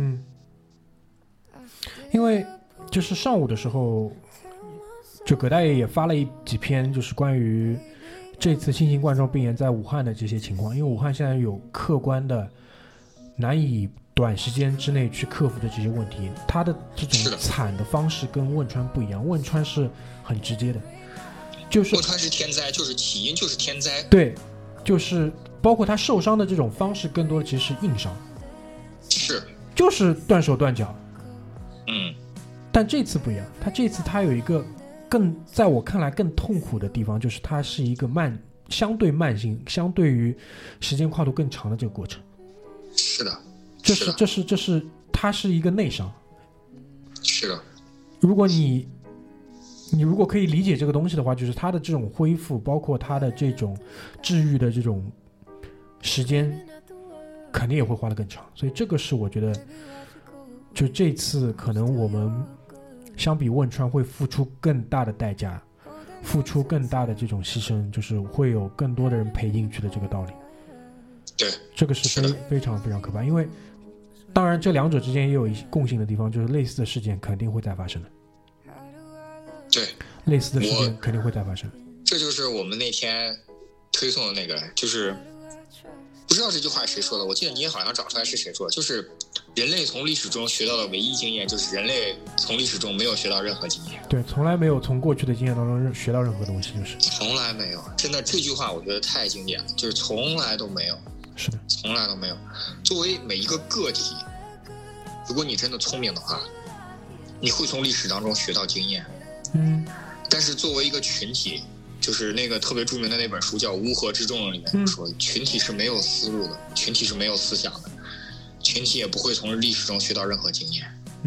因为就是上午的时候，就葛大爷也发了几篇，就是关于这次新型冠状病炎在武汉的这些情况。因为武汉现在有客观的难以短时间之内去克服的这些问题，它的这种惨的方式跟汶川不一样。汶川是很直接的，就是汶川是天灾，就是起因就是天灾。 对，就是包括他受伤的这种方式，更多的其实是硬伤，就是断手断脚。但这次不一样，这次他有一个在我看来更痛苦的地方，就是它是一个相对慢性，相对于时间跨度更长的这个过程。 是的， 它是一个内伤。 是的， 如果你如果可以理解这个东西的话，就是它的这种恢复，包括它的这种治愈的这种时间，肯定也会花得更长。所以这个是我觉得，就这次可能我们相比汶川会付出更大的代价，付出更大的这种牺牲，就是会有更多的人赔进去的这个道理。 对， 这个是非常非常可怕。因为当然这2者之间也有一些共性的地方，就是类似的事件肯定会再发生的。 对， 类似的事件肯定会再发生。 这就是我们那天推送的那个，就是不知道这句话是谁说的，我记得你也好像找出来是谁说的，就是人类从历史中学到的唯一经验，就是人类从历史中没有学到任何经验。 对，从来没有从过去的经验当中学到任何东西，就是从来没有。真的，这句话我觉得太经典了，就是从来都没有。 是的， 从来都没有。作为每一个个体，如果你真的聪明的话，你会从历史当中学到经验。但是作为一个群体，就是那个特别著名的那本书叫《乌合之众》里面说，群体是没有思路的，群体是没有思想的，群体也不会从历史中学到任何经验。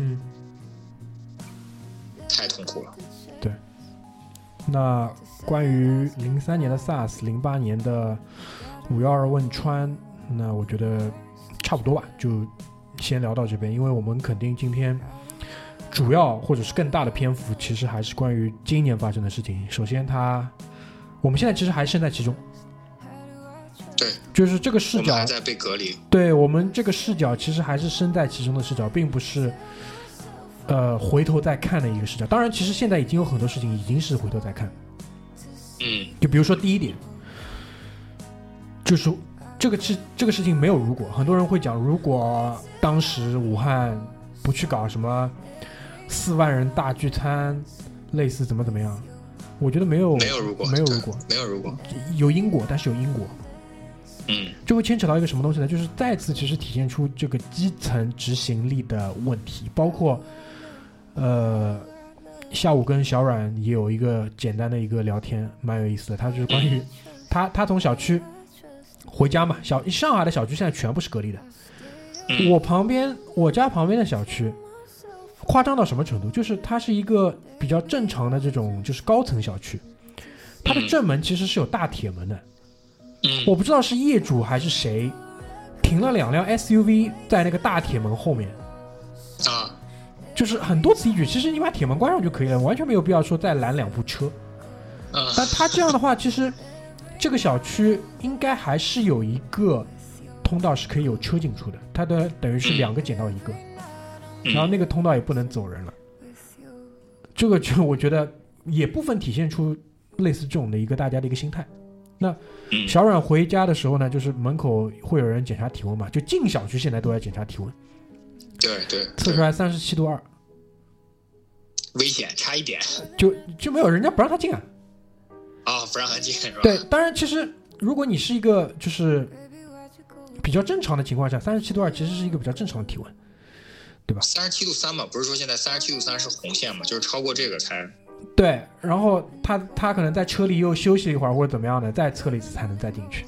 太痛苦了。 对。那关于03年的 SARS，08年的512汶川，那我觉得差不多吧，就先聊到这边。因为我们肯定今天主要或者是更大的篇幅其实还是关于今年发生的事情。首先我们现在其实还身在其中， 对， 就是这个视角我们还在被隔离。 对，我们这个视角其实还是身在其中的视角，并不是回头再看的一个视角。当然，其实现在已经有很多事情已经是回头再看。就比如说第一点，就是这个事情没有如果，很多人会讲，如果当时武汉不去搞什么4万人大聚餐，类似怎么样，我觉得没有如果，有因果，但是有因果。这会牵扯到一个什么东西呢？就是再次其实体现出这个基层执行力的问题，包括下午跟小阮也有一个简单的一个聊天，蛮有意思的。他就是关于他从小区回家嘛，上海的小区现在全部是隔离的。我家旁边的小区夸张到什么程度？就是它是一个比较正常的这种就是高层小区，它的正门其实是有大铁门的。我不知道是业主还是谁停了2辆 SUV 在那个大铁门后面啊。 就是很多此一举，其实你把铁门关上就可以了，完全没有必要说再拦2部车。但他这样的话，其实这个小区应该还是有一个通道是可以有车进出的，它的等于是2个减到1个，然后那个通道也不能走人了。这个就我觉得也部分体现出类似这种的一个大家的一个心态。那小阮回家的时候呢，就是门口会有人检查体温嘛，就进小区现在都要检查体温。 对， 测出来37度2， 危险，差一点就没有，人家不让他进啊。 不让他进是吧？ 对，当然其实如果你是一个就是比较正常的情况下，37度2其实是一个比较正常的体温，对吧 ？37度3嘛，不是说现在37度3是红线嘛，就是超过这个才。 对，然后他可能在车里又休息了一会儿或者怎么样的，再测了一次才能再进去。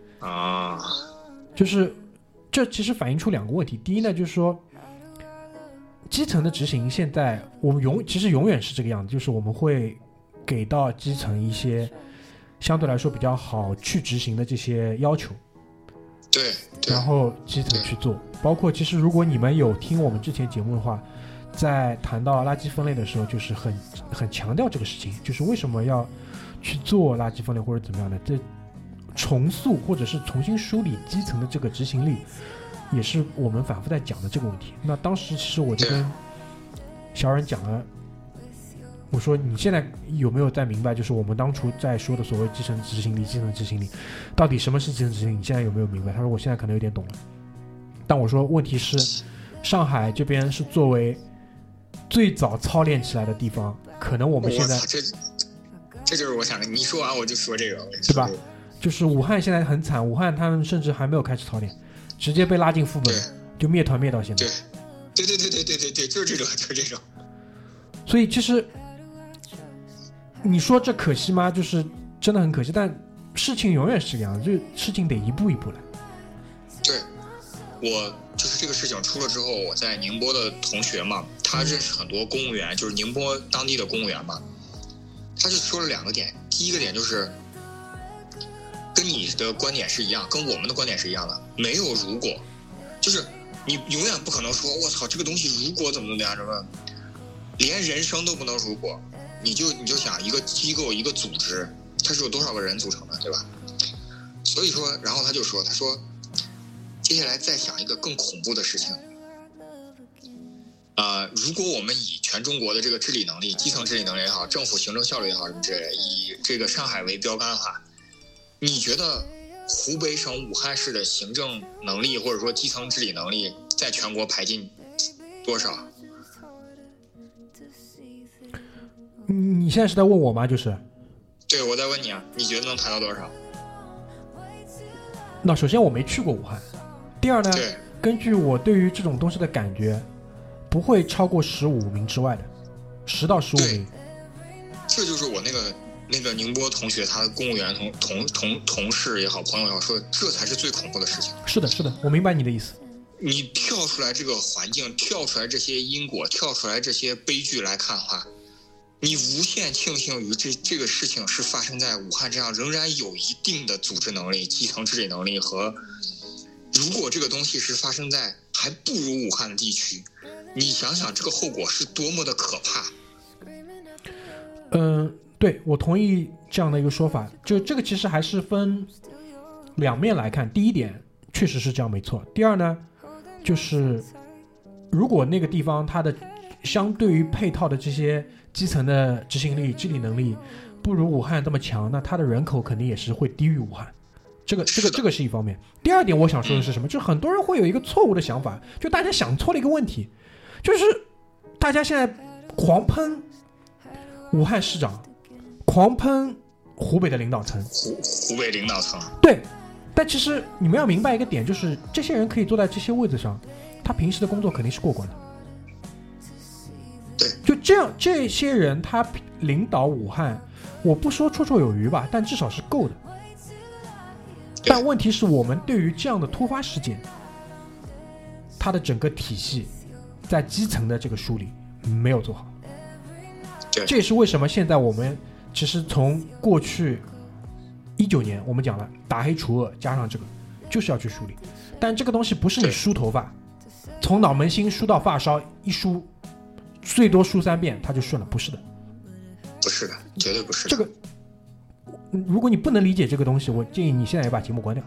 就是这其实反映出2个问题。第一呢，就是说基层的执行，现在我们其实永远是这个样子，就是我们会给到基层一些相对来说比较好去执行的这些要求， 对， 然后基层去做。包括其实如果你们有听我们之前节目的话，在谈到垃圾分类的时候，就是很强调这个事情，就是为什么要去做垃圾分类或者怎么样的，这重塑或者是重新梳理基层的这个执行力，也是我们反复在讲的这个问题。那当时其实我就跟小冉讲了，我说你现在有没有在明白，就是我们当初在说的所谓基层执行力，到底什么是基层执行力？你现在有没有明白？他说我现在可能有点懂了。但我说问题是，上海这边是作为最早操练起来的地方，可能我们现在这就是我想的，你说完我就说这个， 对吧？就是武汉现在很惨，武汉他们甚至还没有开始操练，直接被拉进副本，就灭团灭到现在。 对，就是这种。 所以其实你说这可惜吗？就是真的很可惜，但事情永远是这个样子，就是事情得一步一步来。 对，我就是这个事情出了之后，我在宁波的同学嘛，他认识很多公务员，就是宁波当地的公务员嘛，他就说了2个点。第一个点就是跟你的观点是一样，跟我们的观点是一样的，没有如果，就是你永远不可能说我操这个东西如果怎么样什么，连人生都不能如果，你就想一个机构一个组织它是有多少个人组成的，对吧？所以说然后他说接下来再想一个更恐怖的事情，如果我们以全中国的这个治理能力，基层治理能力也好，政府行政效率也好什么之类的，以这个上海为标杆的话，你觉得湖北省武汉市的行政能力或者说基层治理能力在全国排进多少？ 你现在是在问我吗？就是对，我在问你啊，你觉得能排到多少？ 那首先我没去过武汉，第二呢，根据我对于这种东西的感觉，不会超过15名之外的，10到15名。 这就是我那个宁波同学，他的公务员同事也好，朋友也好，说这才是最恐怖的事情。是的，我明白你的意思。你跳出来这个环境，跳出来这些因果，跳出来这些悲剧来看的话，你无限庆幸于这个事情是发生在武汉这样仍然有一定的组织能力、基层治理能力和，如果这个东西是发生在还不如武汉的地区，你想想这个后果是多么的可怕。 对，我同意这样的一个说法。就这个其实还是分2面来看。第一点确实是这样没错，第二呢，就是如果那个地方它的相对于配套的这些基层的执行力、治理能力不如武汉这么强，那它的人口肯定也是会低于武汉。这个是一方面。第二点我想说的是什么？就是很多人会有一个错误的想法，就大家想错了一个问题，就是大家现在狂喷武汉市长，狂喷湖北的领导层， 湖北领导层， 对。但其实你们要明白一个点，就是这些人可以坐在这些位子上，他平时的工作肯定是过关的。 对， 就这样，这些人他领导武汉，我不说绰绰有余吧，但至少是够的。但问题是我们对于这样的突发事件，它的整个体系在基层的这个梳理没有做好。这也是为什么现在我们其实从过去19年我们讲了打黑除恶，加上这个就是要去梳理，但这个东西不是你梳头发，从脑门心梳到发梢，一梳最多梳3遍它就顺了，不是的， 不是的，绝对不是的。 这个如果你不能理解这个东西，我建议你现在也把节目关掉。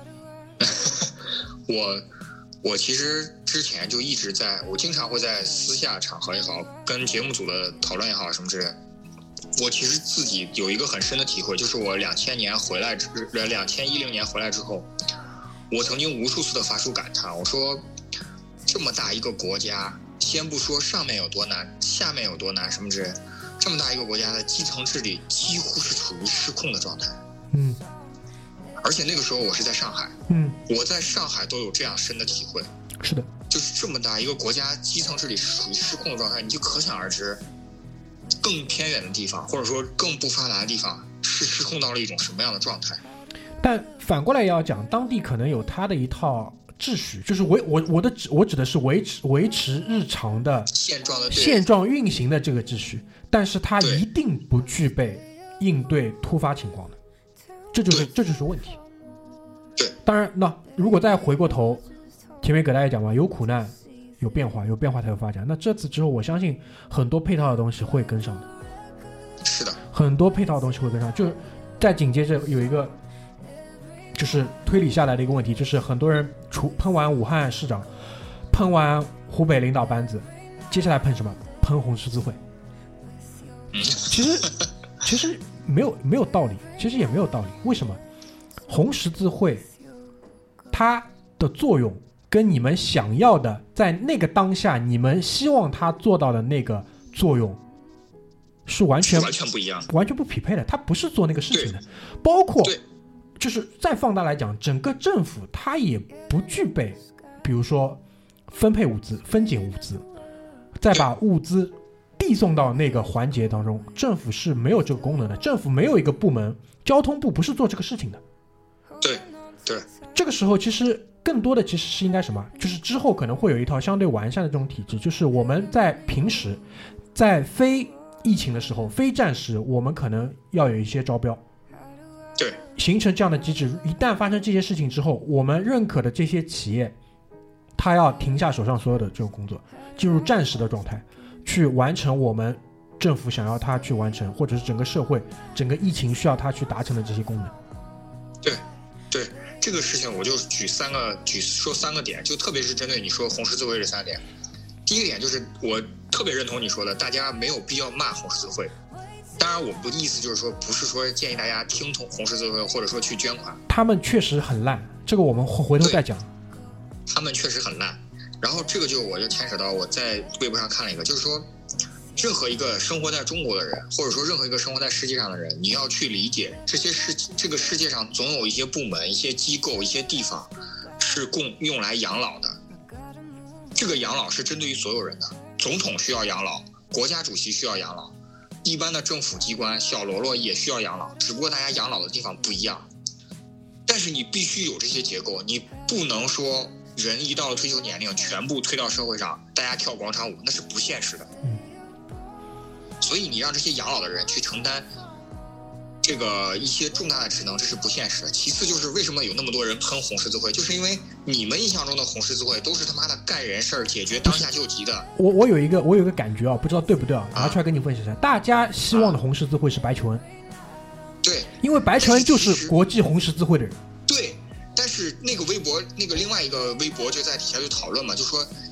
我其实之前就一直我经常会在私下场合也好，跟节目组的讨论也好什么之类的，我其实自己有一个很深的体会，就是我2010年回来之后，我曾经无数次的发出感叹，我说这么大一个国家，先不说上面有多难，下面有多难什么之类的，这么大一个国家的基层治理几乎是处于失控的状态。而且那个时候我是在上海，我在上海都有这样深的体会。 是的， 就是这么大一个国家基层治理是处于失控的状态，你就可想而知更偏远的地方或者说更不发达的地方是失控到了一种什么样的状态。 但反过来也要讲，当地可能有它的一套秩序，就是我指的是维持日常的现状运行的这个秩序，但是它一定不具备应对突发情况的，这就是问题。 对， 当然那如果再回过头，前面给大家讲嘛，有苦难有变化才有发展，那这次之后我相信很多配套的东西会跟上的。 是的， 很多配套的东西会跟上，就是再紧接着有一个就是推理下来的一个问题，就是很多人喷完武汉市长，喷完湖北领导班子，接下来喷什么？喷红十字会。其实没有道理，其实也没有道理。为什么？红十字会它的作用跟你们想要的在那个当下你们希望它做到的那个作用是完全不一样， 完全不匹配的。它不是做那个事情的，包括就是再放大来讲，整个政府它也不具备，比如说分配物资、分拣物资，再把物资递送到那个环节当中，政府是没有这个功能的。政府没有一个部门，交通部不是做这个事情的。 对， 这个时候其实更多的其实是应该什么？就是之后可能会有一套相对完善的这种体制，就是我们在平时在非疫情的时候、非战时，我们可能要有一些招标， 对， 形成这样的机制。一旦发生这些事情之后，我们认可的这些企业，他要停下手上所有的这种工作，进入战时的状态，去完成我们政府想要他去完成，或者是整个社会、整个疫情需要他去达成的这些功能。 对，这个事情我就说三个点，就特别是针对你说红十字会这3点。第一个点就是我特别认同你说的，大家没有必要骂红十字会。当然我的意思就是说，不是说建议大家听从红十字会或者说去捐款， 他们确实很烂，这个我们回头再讲。 他们确实很烂。然后这个我就牵扯到我在微博上看了一个，就是说任何一个生活在中国的人，或者说任何一个生活在世界上的人，你要去理解这个世界上总有一些部门、一些机构、一些地方是用来养老的。这个养老是针对于所有人的，总统需要养老，国家主席需要养老，一般的政府机关小喽啰也需要养老，只不过大家养老的地方不一样。但是你必须有这些结构，你不能说人一到了退休年龄全部推到社会上，大家跳广场舞，那是不现实的。所以你让这些养老的人去承担这个一些重大的职能，这是不现实的。其次就是为什么有那么多人喷红十字会，就是因为你们印象中的红十字会都是他妈的干人事儿、解决当下救急的。 我有一个感觉啊，不知道对不对啊，拿出来跟你分析一下。大家希望的红十字会是白求恩， 对， 因为白求恩就是国际红十字会的人。 对，但是那个微博，那个另外一个微博就在底下就讨论嘛，就说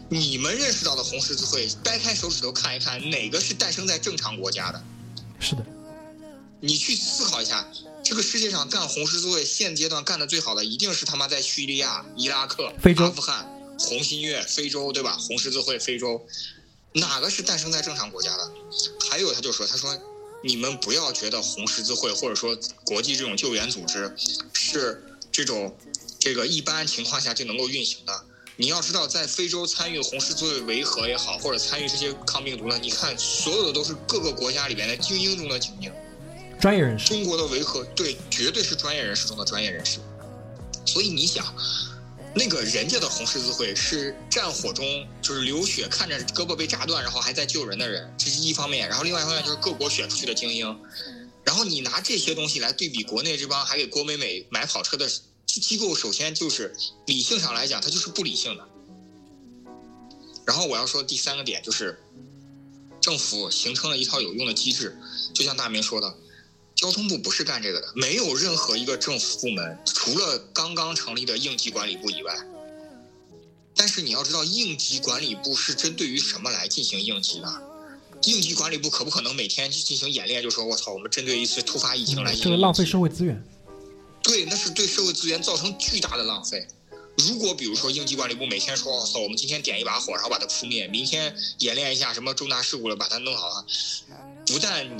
你们认识到的红十字会，掰开手指头看一看，哪个是诞生在正常国家的？ 是的， 你去思考一下，这个世界上干红十字会现阶段干的最好的，一定是他妈在叙利亚、伊拉克、 非洲、 阿富汗、红新月、非洲，对吧？红十字会非洲，哪个是诞生在正常国家的？还有，他说，你们不要觉得红十字会或者说国际这种救援组织是这个一般情况下就能够运行的。你要知道，在非洲参与红十字会维和也好，或者参与这些抗病毒呢，你看所有的都是各个国家里边的精英中的精英， 专业人士。 中国的维和，对，绝对是专业人士中的专业人士。所以你想，那个人家的红十字会是战火中就是流血，看着胳膊被炸断，然后还在救人的人，这是一方面。然后另外一方面就是各国选出去的精英。然后你拿这些东西来对比国内这帮还给郭美美买跑车的机构，首先就是理性上来讲，它就是不理性的。然后我要说第三个点就是，政府形成了一套有用的机制，就像大明说的，交通部不是干这个的，没有任何一个政府部门，除了刚刚成立的应急管理部以外。但是你要知道，应急管理部是针对于什么来进行应急的？应急管理部可不可能每天去进行演练，就说我操，我们针对一次突发疫情来进行这个浪费社会资源。 对，那是对社会资源造成巨大的浪费。如果比如说应急管理部每天说，我操，我们今天点一把火，然后把它扑灭，明天演练一下什么重大事故了，把它弄好了，不但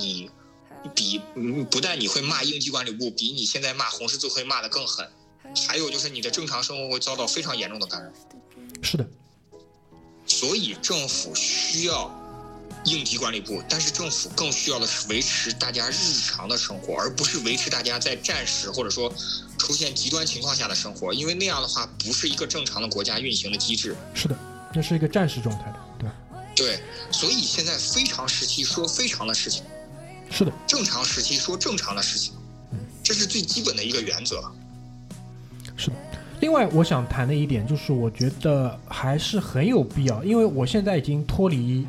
你会骂应急管理部比你现在骂红十字会骂得更狠，还有就是你的正常生活会遭到非常严重的干扰。 是的， 所以政府需要应急管理部，但是政府更需要的是维持大家日常的生活，而不是维持大家在战时或者说出现极端情况下的生活，因为那样的话不是一个正常的国家运行的机制。 是的，那是一个战时状态的，对吧？ 对，所以现在非常时期说非常的事情， 是的， 正常时期说正常的事情，这是最基本的一个原则。 是的。另外我想谈的一点就是，我觉得还是很有必要，因为我现在已经脱离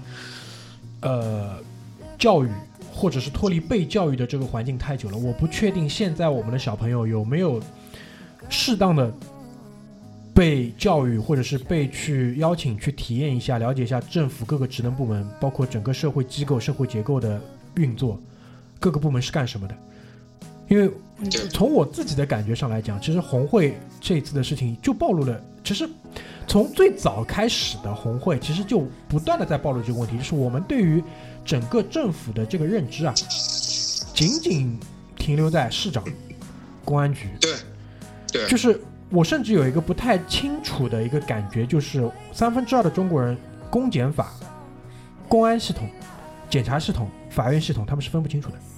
教育或者是脱离被教育的这个环境太久了，我不确定现在我们的小朋友有没有适当的被教育，或者是被去邀请去体验一下，了解一下政府各个职能部门，包括整个社会机构、社会结构的运作，各个部门是干什么的。因为从我自己的感觉上来讲，其实红会这一次的事情就暴露了，其实从最早开始的红会其实就不断的在暴露这个问题，就是我们对于整个政府的这个认知啊，仅仅停留在市长、公安局。 对， 就是我甚至有一个不太清楚的一个感觉，就是2/3的中国人公检法、公安系统、检察系统、法院系统他们是分不清楚的。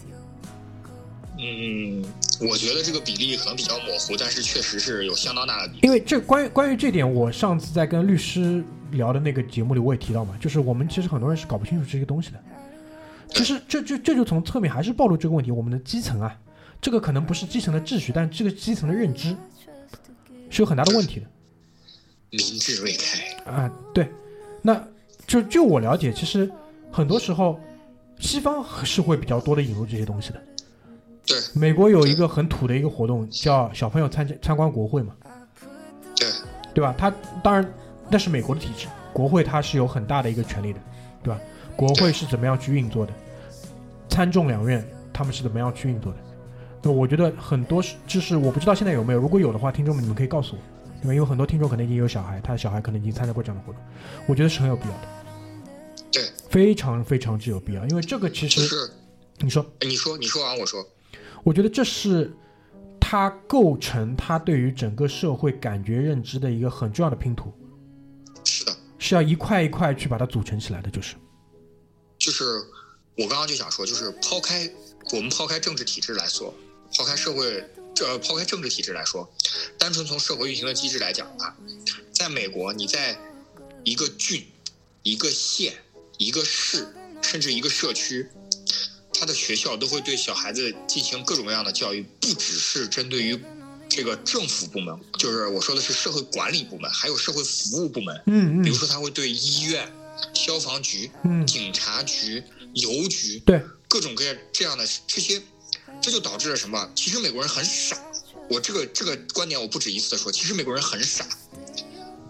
我觉得这个比例可能比较模糊，但是确实是有相当大的比例。 因为这关于这点，我上次在跟律师聊的那个节目里我也提到嘛，就是我们其实很多人是搞不清楚这个东西的。其实这就从侧面还是暴露这个问题，我们的基层啊，这个可能不是基层的秩序，但这个基层的认知是有很大的问题的。 民智未开啊，对，那就我了解，其实很多时候西方是会比较多的引入这些东西的。 对， 美国有一个很土的一个活动，叫小朋友参观国会嘛，对吧？他当然那是美国的体制，国会它是有很大的一个权利的，对吧？国会是怎么样去运作的，参众两院他们是怎么样去运作的？那我觉得很多就是我不知道现在有没有，如果有的话，听众们你们可以告诉我，对吧？因为很多听众可能已经有小孩，他的小孩可能已经参加过这样的活动，我觉得是很有必要的， 对， 非常非常之有必要，因为这个其实、你说完我说。我觉得这是它构成它对于整个社会感觉认知的一个很重要的拼图。 是的， 是要一块一块去把它组成起来的，就是我刚刚就想说，就是抛开政治体制来说，抛开政治体制来说，单纯从社会运行的机制来讲啊，在美国，你在一个郡、一个县、一个市，甚至一个社区，他的学校都会对小孩子进行各种各样的教育，不只是针对于这个政府部门，就是我说的是社会管理部门，还有社会服务部门。比如说他会对医院、消防局、警察局、邮局， 对， 各种各样这样的这些，这就导致了什么？其实美国人很傻。我这个观点我不止一次的说，其实美国人很傻，但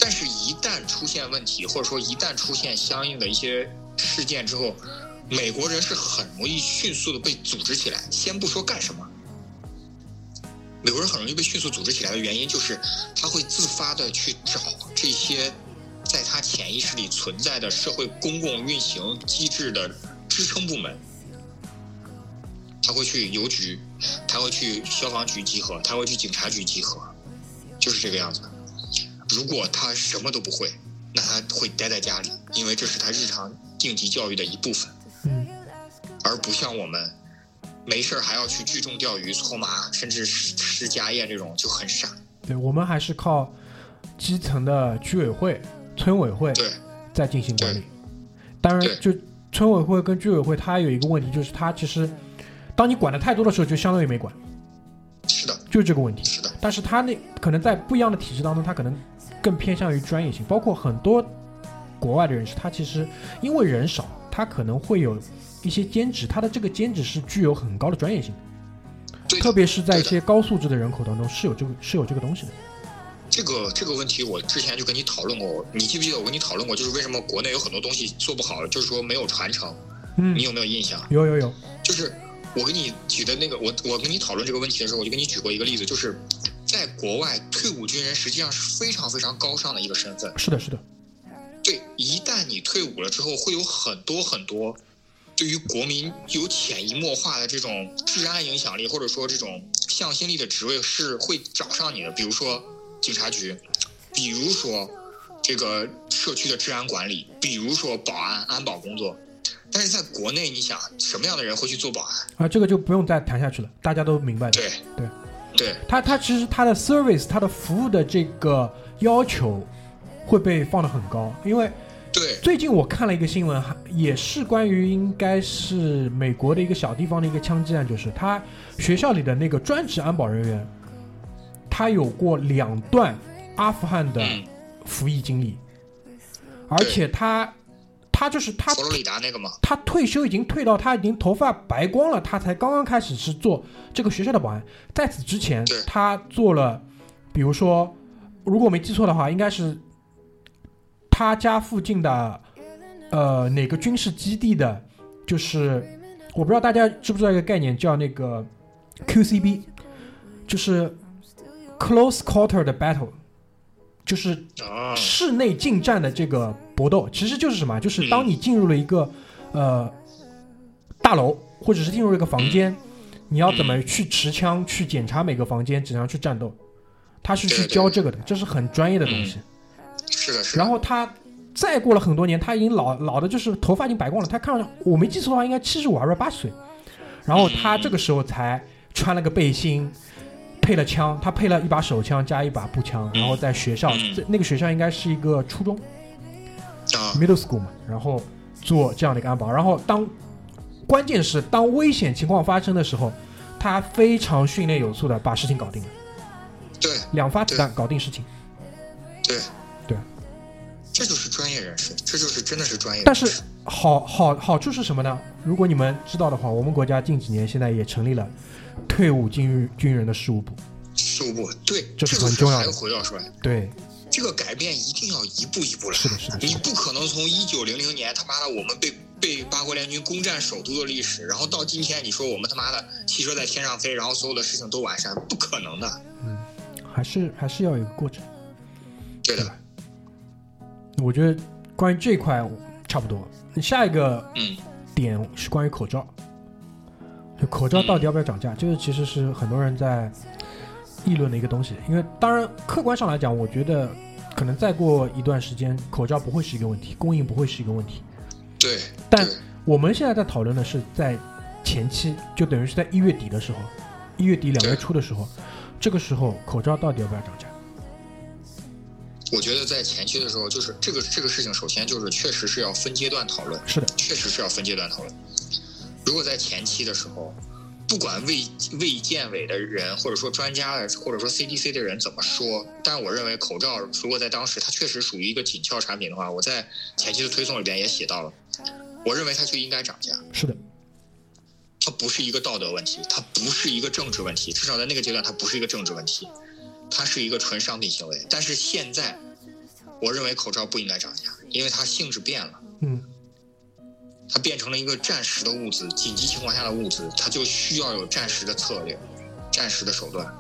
但是一旦出现问题，或者说一旦出现相应的一些事件之后，美国人是很容易迅速的被组织起来。先不说干什么，美国人很容易被迅速组织起来的原因就是他会自发的去找这些在他潜意识里存在的社会公共运行机制的支撑部门，他会去邮局，他会去消防局集合，他会去警察局集合，就是这个样子。如果他什么都不会，那他会待在家里，因为这是他日常应急教育的一部分。而不像我们没事还要去聚众钓鱼、搓麻，甚至吃家宴，这种就很傻。 对，我们还是靠基层的居委会、村委会在进行管理。当然，就村委会跟居委会，它有一个问题，就是它其实当你管的太多的时候，就相当于没管。 是的， 就是这个问题。 是的， 但是它那可能在不一样的体制当中，它可能更偏向于专业性，包括很多国外的人士，他其实因为人少，他可能会有一些兼职，他的这个兼职是具有很高的专业性，特别是在一些高素质的人口当中是有这个东西的。 这个问题我之前就跟你讨论过，你记不记得我跟你讨论过，就是为什么国内有很多东西做不好，就是说没有传承。你有没有印象？ 有。 就是我给你举的那个，我跟你讨论这个问题的时候，我就跟你举过一个例子，就是在国外退伍军人实际上是非常非常高尚的一个身份。 是的。 对，一旦你退伍了之后，会有很多很多对于国民有潜移默化的这种治安影响力，或者说这种向心力的职位是会找上你的，比如说警察局，比如说这个社区的治安管理，比如说保安、安保工作。但是在国内，你想什么样的人会去做保安啊？这个就不用再谈下去了，大家都明白的。对，他其实他的 service， 他的服务的这个要求会被放得很高，因为最近我看了一个新闻，也是关于应该是美国的一个小地方的一个枪击案，就是他学校里的那个专职安保人员，他有过2段阿富汗的服役经历，而且他就是他佛罗里达那个吗？ 他退休已经退到他已经头发白光了，他才刚刚开始是做这个学校的保安。在此之前，他做了，比如说，如果我没记错的话，应该是他家附近的哪个军事基地的，就是我不知道大家知不知道一个概念叫那个 QCB， 就是 Close Quarter 的 Battle， 就是室内近战的这个搏斗，其实就是什么？就是当你进入了一个大楼，或者是进入了一个房间，你要怎么去持枪去检查每个房间，怎样去战斗？他是去教这个的，这是很专业的东西。 是的。 然后他再过了很多年，他已经老的，就是头发已经白光了。他看上我没记错的话，应该75还是80岁。然后他这个时候才穿了个背心，配了枪，他配了一把手枪加一把步枪，然后在学校，那个学校应该是一个初中，middle school 嘛，然后做这样的一个安保。然后关键是当危险情况发生的时候，他非常训练有素的把事情搞定了。 对 ，2发子弹搞定事情。对， 这就是专业人士，这就是真的是专业人士。 但是好处是什么呢？如果你们知道的话，我们国家近几年现在也成立了退伍军人的事务部。对， 这是很重要的。 还要回到出来。 对， 这个改变一定要一步一步来。 是的。 你不可能从1900年他妈的我们被八国联军攻占首都的历史，然后到今天你说我们他妈的汽车在天上飞，然后所有的事情都完善，不可能的。 还是要有一个过程。 对的。 我觉得关于这一块差不多。下一个点是关于口罩。就口罩到底要不要涨价，这个其实是很多人在议论的一个东西。因为当然客观上来讲，我觉得可能再过一段时间口罩不会是一个问题，供应不会是一个问题。 对。 但我们现在在讨论的是在前期，就等于是在1月底的时候，1月底2月初的时候，这个时候口罩到底要不要涨价？ 我觉得在前期的时候，就是这个事情，首先就是确实是要分阶段讨论。 是的， 确实是要分阶段讨论。如果在前期的时候，不管卫健委的人，或者说专家的，或者说 CDC 的人怎么说，但我认为口罩如果在当时它确实属于一个紧俏产品的话，我在前期的推送里边也写到了，我认为它就应该涨价。 是的， 它不是一个道德问题，它不是一个政治问题，至少在那个阶段它不是一个政治问题，它是一个纯商品行为。但是现在我认为口罩不应该涨价，因为它性质变了。它变成了一个战时的物资，紧急情况下的物资，它就需要有战时的策略、战时的手段。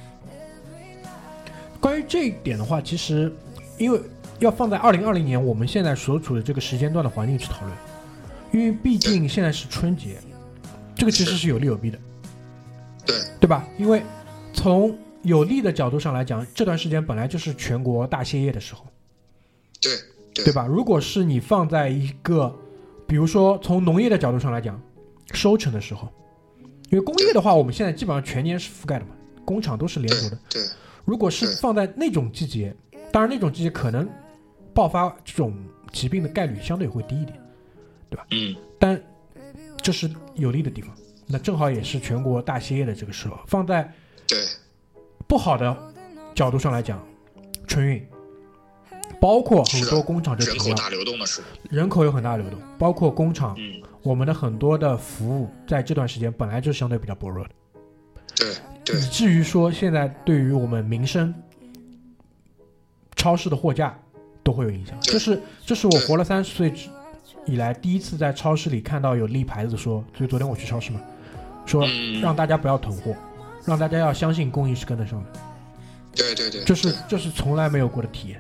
关于这一点的话，其实因为要放在2020年我们现在所处的这个时间段的环境去讨论，因为毕竟现在是春节，这个其实是有利有弊的，对吧？因为从有利的角度上来讲，这段时间本来就是全国大歇业的时候，对吧？如果是你放在一个比如说从农业的角度上来讲，收成的时候，因为工业的话我们现在基本上全年是覆盖的嘛，工厂都是连锁的。 对， 如果是放在那种季节，当然那种季节可能爆发这种疾病的概率相对会低一点，对吧？但这是有利的地方，那正好也是全国大歇业的这个时候。放在不好的角度上来讲，春运包括很多工厂就人口大流动的时候， 人口有很大流动，包括工厂，我们的很多的服务在这段时间本来就相对比较薄弱的， 对， 以至于说现在对于我们民生、超市的货架都会有影响。这是我活了30岁以来第一次在超市里看到有立牌子说，所以昨天我去超市嘛，说让大家不要囤货，让大家要相信供应是跟得上的。 对， 这是从来没有过的体验。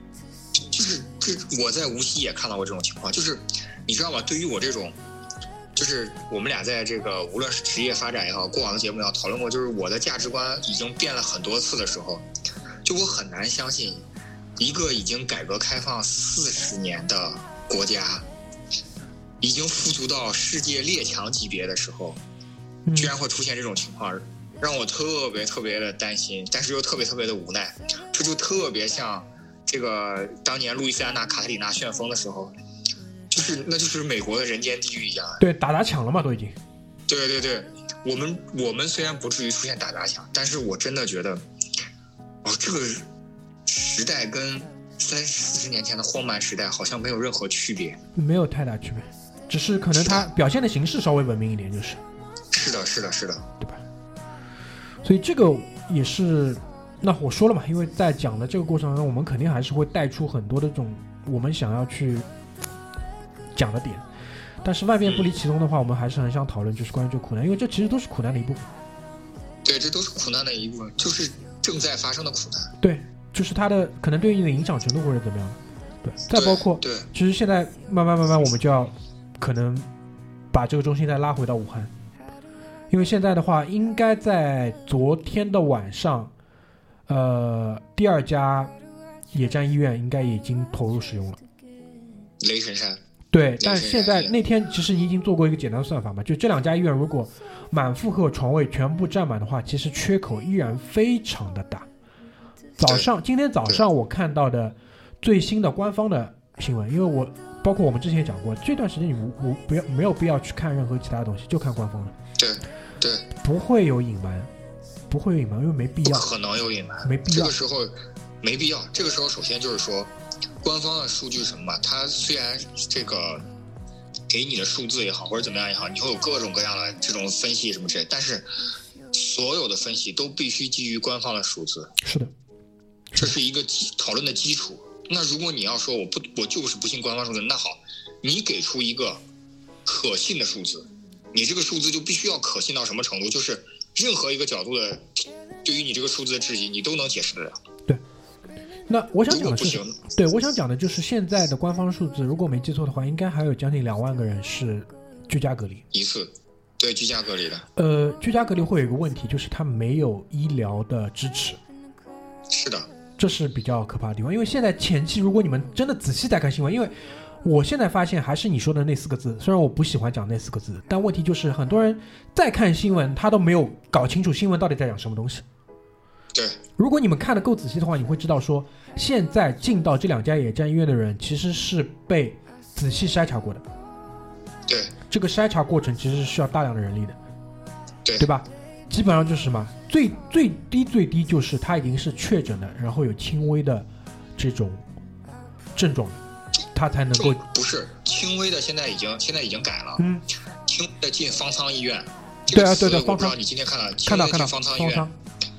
我在无锡也看到过这种情况，就是你知道吗？对于我这种，就是我们俩在这个无论是职业发展也好，过往的节目也好讨论过，就是我的价值观已经变了很多次的时候，就我很难相信一个已经改革开放40年的国家，已经富足到世界列强级别的时候，居然会出现这种情况，让我特别的担心，但是又特别的无奈。这就特别像这个当年路易斯安那卡特里娜旋风的时候，那就是美国的人间地狱一样。 对，打抢了嘛，都已经。 对，我们虽然不至于出现打抢，但是我真的觉得，这个时代跟30-40年前的荒蛮时代好像没有任何区别， 没有太大区别，只是可能它表现的形式稍微文明一点，就是。 是的， 对吧？所以这个也是。那我说了嘛，因为在讲的这个过程中，我们肯定还是会带出很多的这种我们想要去讲的点，但是万变不离其宗的话，我们还是很想讨论就是关于这个苦难，因为这其实都是苦难的一部分。 对，这都是苦难的一部分，就是正在发生的苦难。 对，就是它的可能对你的影响程度或者怎么样。对，再包括其实现在慢慢我们就要可能把这个中心再拉回到武汉，因为现在的话应该在昨天的晚上。第2家野战医院应该已经投入使用了， 雷神山。 对，但现在那天其实你已经做过一个简单的算法嘛，就这2家医院如果满负荷床位全部占满的话，其实缺口依然非常的大。今天早上我看到的最新的官方的新闻，因为包括我们之前也讲过，这段时间你没有必要去看任何其他的东西，就看官方的。 对， 不会有隐瞒，因为没必要， 不可能有隐瞒， 没必要。 这个时候没必要。这个时候首先就是说，官方的数据什么嘛，它虽然这个给你的数字也好，或者怎么样也好，你会有各种各样的这种分析什么之类，但是所有的分析都必须基于官方的数字。 是的， 这是一个讨论的基础。那如果你要说我就是不信官方数字，那好，你给出一个可信的数字，你这个数字就必须要可信到什么程度？就是任何一个角度的对于你这个数字的质疑，你都能解释得了。 对。那我想讲的是，对，我想讲的就是现在的官方数字，如果没记错的话，应该还有将近2万个人是居家隔离一次。对，居家隔离的。 居家隔离会有一个问题，就是它没有医疗的支持。 是的， 这是比较可怕的地方。因为现在前期，如果你们真的仔细在看新闻，因为我现在发现还是你说的那4个字，虽然我不喜欢讲那4个字，但问题就是很多人在看新闻，他都没有搞清楚新闻到底在讲什么东西。 对， 如果你们看得够仔细的话，你会知道说，现在进到这2家野战医院的人其实是被仔细筛查过的。 对， 这个筛查过程其实是需要大量的人力的， 对吧？基本上就是什么，最低就是他已经是确诊的，然后有轻微的这种症状，他才能够。 不是轻微的，现在已经改了。轻微的进方舱医院。 对啊， 方舱。我不知道你今天看到轻微的进方舱医院。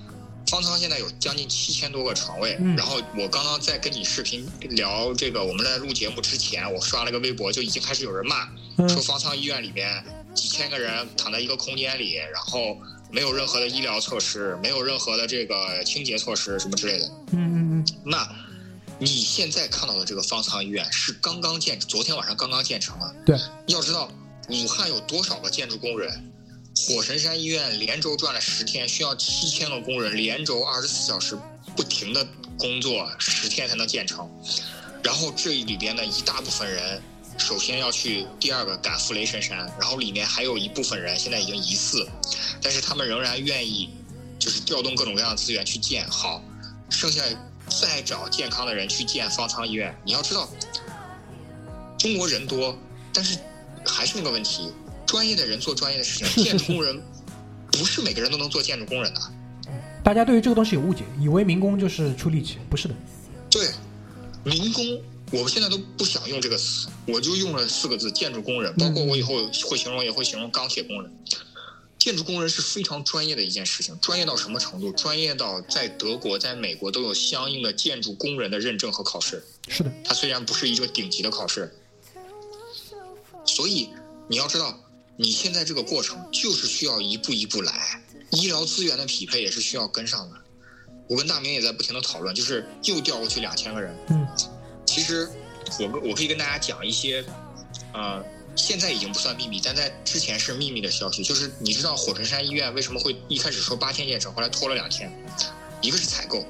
方舱现在有将近7000多个床位，然后我刚刚在跟你视频聊这个，我们在录节目之前，我刷了个微博，就已经开始有人骂，说方舱医院里面几千个人躺在一个空间里，然后没有任何的医疗措施，没有任何的这个清洁措施什么之类的。那你现在看到的这个方舱医院是昨天晚上刚刚建成的。 对， 要知道武汉有多少个建筑工人？火神山医院连轴转了10天，需要7000个工人连轴24小时不停的工作10天才能建成。然后这里边的一大部分人，首先要去第二个赶赴雷神山，然后里面还有一部分人现在已经疑似，但是他们仍然愿意就是调动各种各样的资源去建好，剩下再找健康的人去建方舱医院。你要知道，中国人多，但是还是那个问题。专业的人做专业的事情，建筑工人不是每个人都能做建筑工人的。 大家对于这个东西有误解，以为民工就是出力气，不是的。 对，民工，我现在都不想用这个词，我就用了4个字：建筑工人。包括我以后会形容，也会形容钢铁工人。建筑工人是非常专业的一件事情，专业到什么程度？专业到在德国、在美国都有相应的建筑工人的认证和考试。 是的， 它虽然不是一个顶级的考试，所以你要知道。你现在这个过程就是需要一步一步来，医疗资源的匹配也是需要跟上的。我跟大明也在不停的讨论，就是又调过去2000个人。其实我可以跟大家讲一些，现在已经不算秘密，但在之前是秘密的消息。就是你知道火神山医院为什么会一开始说8天建成，后来拖了2天？一个是采购，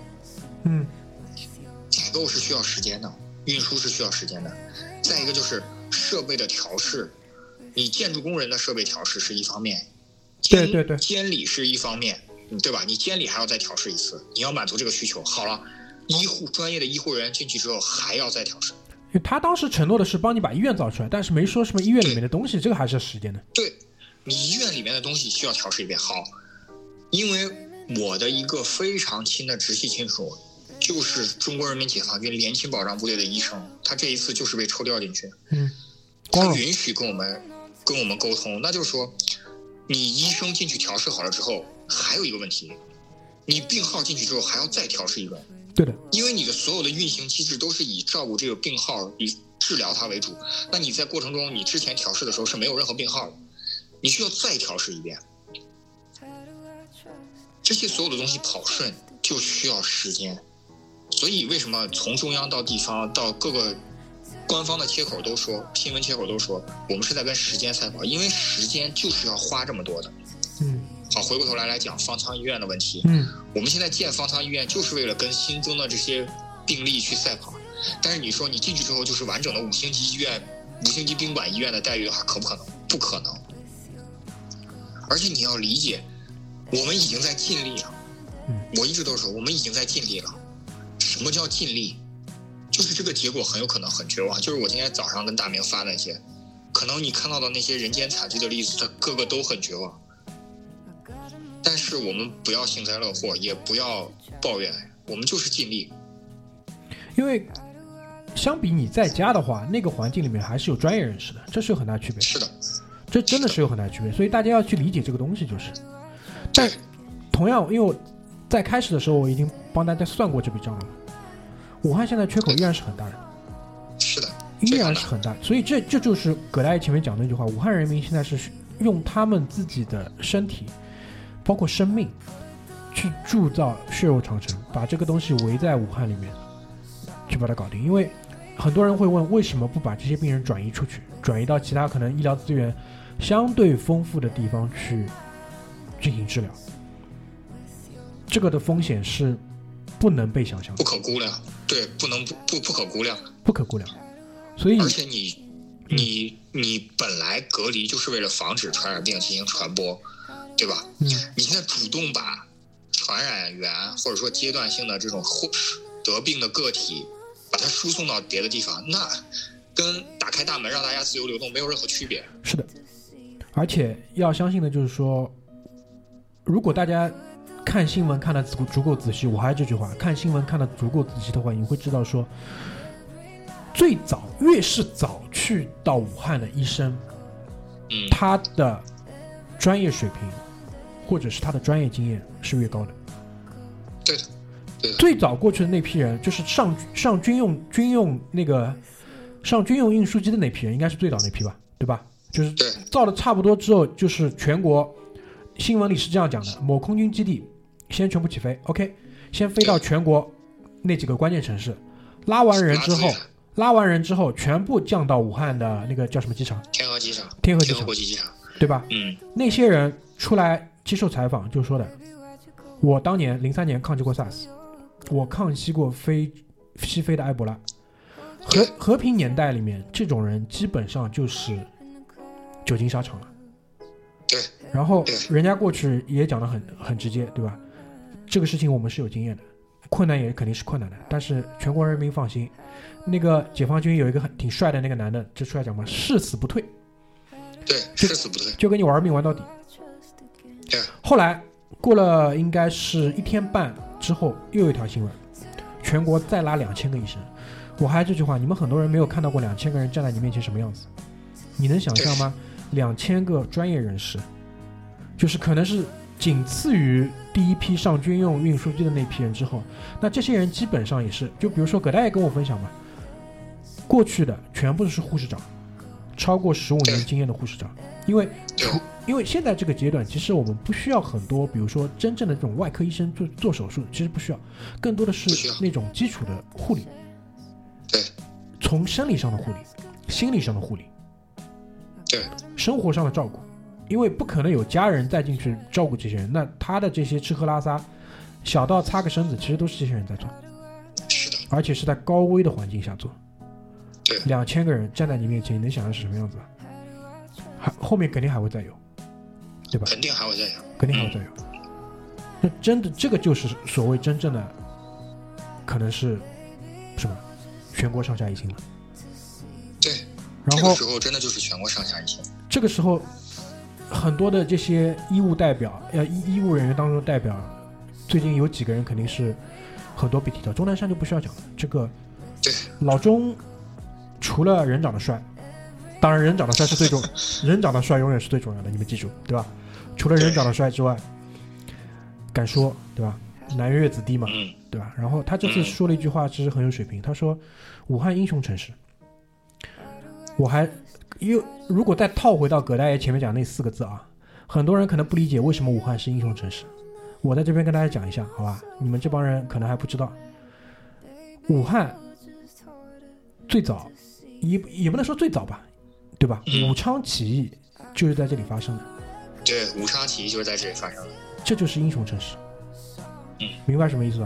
采购是需要时间的，运输是需要时间的。再一个就是设备的调试。你建筑工人的设备调试是一方面， 对， 监理是一方面，对吧？你监理还要再调试一次，你要满足这个需求。好了，专业的医护人员进去之后还要再调试。 他当时承诺的是帮你把医院造出来，但是没说什么医院里面的东西，这个还是时间的。 对，你医院里面的东西需要调试一遍。好，因为我的一个非常亲的直系亲属，就是中国人民解放军联勤保障部队的医生，他这一次就是被抽调进去。他允许跟我们沟通，那就是说，你医生进去调试好了之后，还有一个问题，你病号进去之后还要再调试一轮。 对的， 因为你的所有的运行机制都是以照顾这个病号、以治疗它为主。那你在过程中，你之前调试的时候是没有任何病号的，你需要再调试一遍。这些所有的东西跑顺就需要时间，所以为什么从中央到地方到各个官方的切口都说，新闻切口都说，我们是在跟时间赛跑，因为时间就是要花这么多的。好，回过头来讲方舱医院的问题。我们现在建方舱医院就是为了跟新增的这些病例去赛跑。但是你说你进去之后就是完整的5星级医院、5星级宾馆医院的待遇的话，可不可能？不可能。而且你要理解，我们已经在尽力了。我一直都说我们已经在尽力了。什么叫尽力？就是这个结果很有可能很绝望，就是我今天早上跟大明发那些，可能你看到的那些人间惨剧的例子，它个个都很绝望。但是我们不要幸灾乐祸，也不要抱怨，我们就是尽力。 因为相比你在家的话，那个环境里面还是有专业人士的，这是有很大区别。 是的， 这真的是有很大区别，所以大家要去理解这个东西，就是。但同样，因为我在开始的时候我已经帮大家算过这笔账了。武汉现在缺口依然是很大的， 是的， 依然是很大，所以这就是葛大爷前面讲的那句话：武汉人民现在是用他们自己的身体，包括生命，去铸造血肉长城，把这个东西围在武汉里面，去把它搞定。因为很多人会问，为什么不把这些病人转移出去，转移到其他可能医疗资源相对丰富的地方去进行治疗？这个的风险是不能被想象的， 不可估量。对，不可估量， 不可估量。所以， 而且你本来隔离就是为了防止传染病进行传播，对吧？你现在主动把传染源或者说阶段性的这种得病的个体，把它输送到别的地方，那跟打开大门让大家自由流动没有任何区别。 是的，而且要相信的就是说，如果大家看新闻看得足够仔细，我还是这句话，看新闻看得足够仔细的话，你会知道说，最早越是早去到武汉的医生，他的专业水平或者是他的专业经验是越高的。 对的，对的。 最早过去的那批人，就是上军用那个上军用运输机的那批人，应该是最早那批吧，对吧？就是造的差不多之后，就是全国新闻里是这样讲的：某空军基地先全部起飞 ，OK， 先飞到全国那几个关键城市，拉完人之后，全部降到武汉的那个叫什么机场？ 天河机场， 天河国际机场， 对吧？那些人出来接受采访就说的：我当年03年抗击过 SARS， 我抗击过西非的埃博拉。和平年代里面，这种人基本上就是久经沙场了。 对。 然后人家过去也讲得很直接，对吧？这个事情我们是有经验的，困难也肯定是困难的，但是全国人民放心。那个解放军有一个挺帅的那个男的，就出来讲嘛，誓死不退。 对，誓死不退， 就跟你玩命玩到底。 对。 后来过了应该是1天半之后，又有一条新闻，全国再拉2000个医生。我还这句话，你们很多人没有看到过2000个人站在你面前什么样子，你能想象吗？2000个专业人士，就是可能是仅次于第一批上军用运输机的那批人之后，那这些人基本上也是，就比如说葛大爷跟我分享嘛，过去的全部都是护士长，超过15年经验的护士长，因为现在这个阶段，其实我们不需要很多，比如说真正的这种外科医生做手术，其实不需要，更多的是那种基础的护理。 对， 从生理上的护理，心理上的护理， 对， 生活上的照顾，因为不可能有家人再进去照顾这些人，那他的这些吃喝拉撒，小到擦个身子，其实都是这些人在做， 是的， 而且是在高危的环境下做。 对 ，2000个人站在你面前，你能想象是什么样子吧？后面肯定还会再有，对吧？ 肯定还会再有， 肯定还会再有。那真的，这个就是所谓真正的，可能是什么？全国上下一心了。 对， 然后这个时候真的就是全国上下一心。 这个时候，很多的这些医务代表，医务人员当中的代表，最近有几个人肯定是很多被提到。钟南山就不需要讲了，这个对老钟除了人长得帅，当然人长得帅是最重，人长得帅永远是最重要的，你们记住，对吧？除了人长得帅之外，敢说，对吧？南岳子弟嘛，对吧？然后他这次说了一句话，其实很有水平。他说：“武汉英雄城市。”如果再套回到葛大爷前面讲那4个字啊，很多人可能不理解为什么武汉是英雄城市。我在这边跟大家讲一下，好吧？你们这帮人可能还不知道，武汉最早也不能说最早吧，对吧？武昌起义就是在这里发生的。 对，武昌起义就是在这里发生的。 这就是英雄城市。明白什么意思吧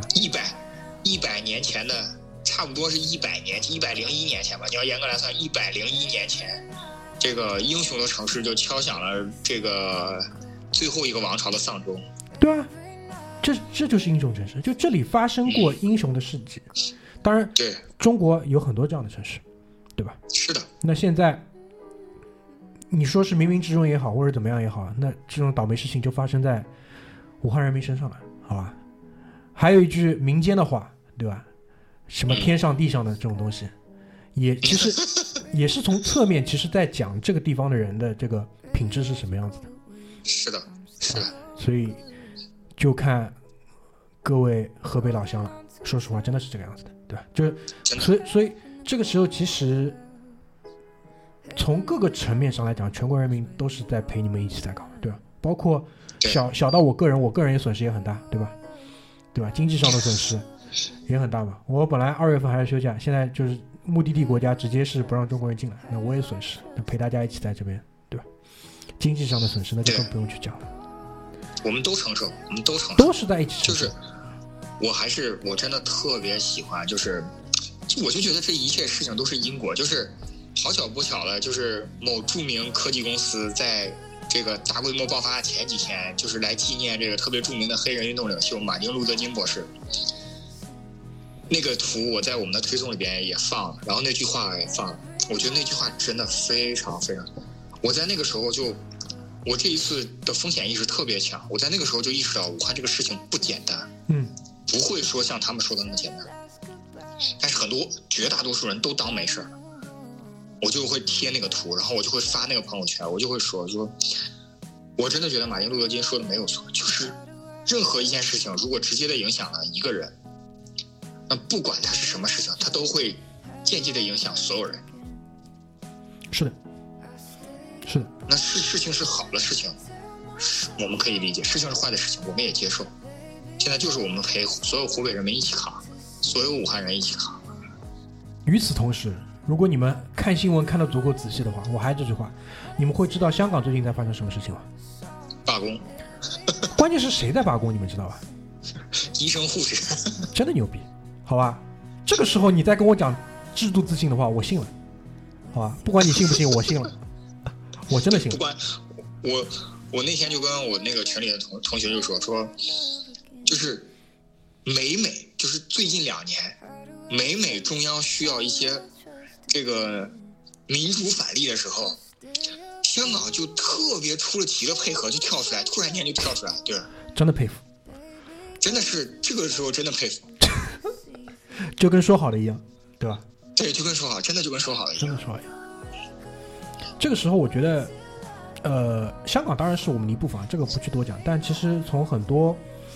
？100年前的，差不多是101年前吧。你要严格来算，101年前，这个英雄的城市就敲响了这个最后一个王朝的丧钟。 对啊，这就是英雄城市，就这里发生过英雄的事迹。当然， 对， 中国有很多这样的城市，对吧？ 是的。 那现在你说是冥冥之中也好，或者怎么样也好，那这种倒霉事情就发生在武汉人民身上了，好吧？还有一句民间的话，对吧？什么天上地上的这种东西，其实也是从侧面，其实在讲这个地方的人的这个品质是什么样子的。 是的，是的。 所以就看各位河北老乡了。说实话，真的是这个样子的，对吧？就是所以这个时候，其实从各个层面上来讲，全国人民都是在陪你们一起在搞，对吧？包括小到我个人也损失也很大，对吧？对吧？经济上的损失也很大嘛。我本来2月份还要休假，现在就是目的地国家直接是不让中国人进来，那我也损失，那陪大家一起在这边，对吧？经济上的损失那就更不用去讲了。 我们都承受， 都是在一起承受。 就是我真的特别喜欢，我就觉得这一切事情都是因果，就是好巧不巧的，就是某著名科技公司在这个大规模爆发前几天，就是来纪念这个特别著名的黑人运动领袖马丁路德金博士。那个图我在我们的推送里边也放了，然后那句话也放了。我觉得那句话真的非常非常，我在那个时候我这一次的风险意识特别强，我在那个时候就意识到武汉这个事情不简单，不会说像他们说的那么简单。但是绝大多数人都当没事了。我就会贴那个图，然后我就会发那个朋友圈，我就会说，我真的觉得马丁路德金说的没有错，就是任何一件事情如果直接的影响了一个人，那不管它是什么事情，它都会间接的影响所有人。 是的，是的。 那事情是好的事情，我们可以理解；事情是坏的事情，我们也接受。现在就是我们陪所有湖北人民一起扛，所有武汉人一起扛。 与此同时，如果你们看新闻看得足够仔细的话，我还是这句话，你们会知道香港最近在发生什么事情吗？ 罢工。 关键是谁在罢工，你们知道吧？ 医生护士。 真的牛逼，好吧？这个时候你再跟我讲制度自信的话，我信了，好吧？不管你信不信，我信了，我真的信了。 不管我那天就跟我那个群里的同学就说，就是每就是最近2年，每中央需要一些这个民主反例的时候，香港就特别出了奇的配合，就跳出来，突然间就跳出来，对， 真的佩服， 真的是这个时候真的佩服， 就跟说好的一样，对吧？ 对，就跟说好，真的就跟说好的一样， 真的说好一样。这个时候我觉得，香港当然是我们的一部分，这个不去多讲。但其实从很多，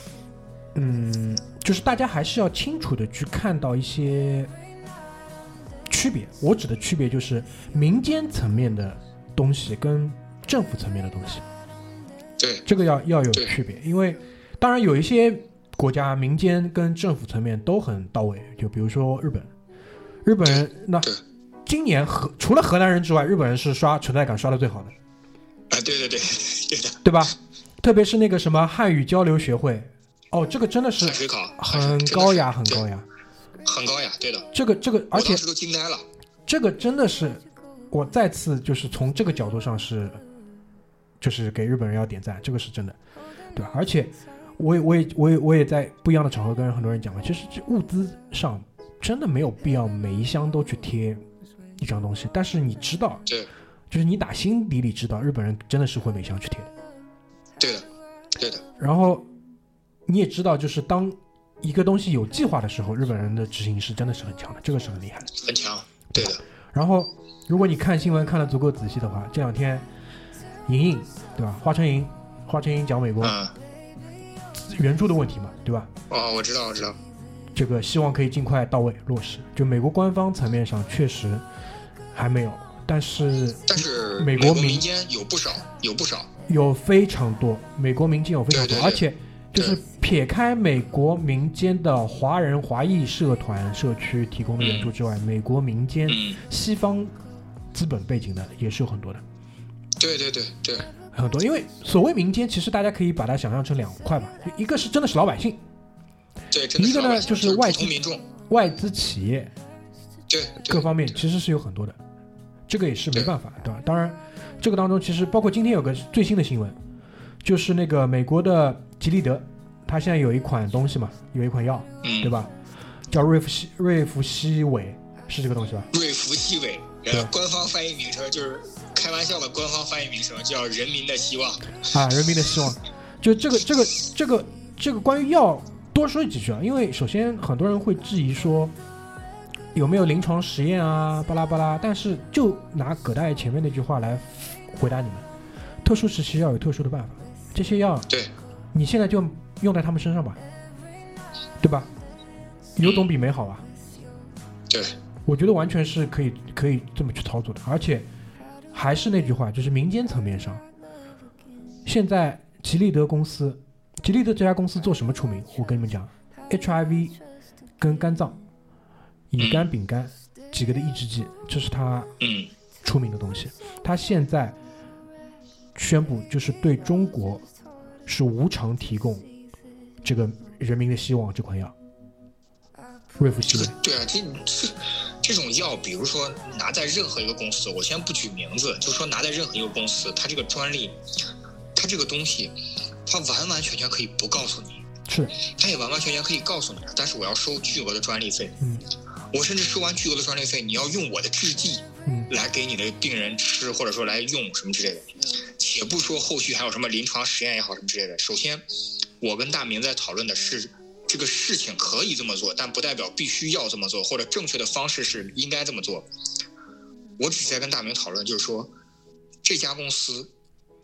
就是大家还是要清楚的去看到一些区别。我指的区别就是民间层面的东西跟政府层面的东西。 对， 这个要有区别，因为当然有一些国家民间跟政府层面都很到位，就比如说日本人那。今年除了河南人之外，日本人是刷存在感刷的最好的。 对的， 对吧？特别是那个什么汉语交流学会，哦，这个真的是很高雅，很高雅， 很高雅，对的。 这个，而且我当时都惊呆了。这个真的是，我再次就是从这个角度上就是给日本人要点赞，这个是真的，对吧？而且我也在不一样的场合跟很多人讲过，其实这物资上真的没有必要每一箱都去贴一张东西，但是你知道， 对， 就是你打心底里知道，日本人真的是会每箱去贴的， 对的。 然后你也知道，就是当一个东西有计划的时候，日本人的执行是真的是很强的，这个是很厉害的， 很强，对的。 然后，如果你看新闻看得足够仔细的话，这2天，莹对吧？华晨莹讲美国援助的问题嘛，对吧？ 哦，我知道。 这个希望可以尽快到位落实。就美国官方层面上确实还没有，但是美国民间有不少， 有非常多，美国民间有非常多， 对， 而且就是撇开美国民间的华裔社团社区提供的援助之外，美国民间西方资本背景的也是有很多的。 对， 很多。因为所谓民间，其实大家可以把它想象成2块吧，一个是真的是老百姓。 对， 一个呢就是外资企业， 对， 各方面其实是有很多的，这个也是没办法，对吧？当然，这个当中其实包括今天有个最新的新闻，就是那个美国的吉利德，它现在有一款东西嘛，有一款药，对吧？叫瑞福西韦，是这个东西吧？瑞福西韦，官方翻译名称就是开玩笑的，官方翻译名称叫人民的希望啊，人民的希望。就这个关于药。多说几句啊，因为首先很多人会质疑说有没有临床实验啊，巴拉巴拉。但是就拿葛大爷前面那句话来回答你们，特殊时期要有特殊的办法，这些药， 对， 你现在就用在他们身上吧，对吧？有总比没好啊。 对， 我觉得完全是可以这么去操作的。而且还是那句话，就是民间层面上，现在吉利德这家公司做什么出名？我跟你们讲 ，HIV 跟肝脏、乙肝、丙肝几个的抑制剂，这是它出名的东西。它现在宣布，就是对中国是无偿提供这个人民的希望这款药，瑞福西韦。 对啊，这种药，比如说拿在任何一个公司，我先不举名字，就说拿在任何一个公司，它这个专利，它这个东西。他完完全全可以不告诉你， 是， 他也完完全全可以告诉你，但是我要收巨额的专利费。我甚至收完巨额的专利费，你要用我的制剂，来给你的病人吃，或者说来用什么之类的。且不说后续还有什么临床实验也好什么之类的。首先，我跟大明在讨论的是这个事情可以这么做，但不代表必须要这么做，或者正确的方式是应该这么做。我只是在跟大明讨论，就是说这家公司。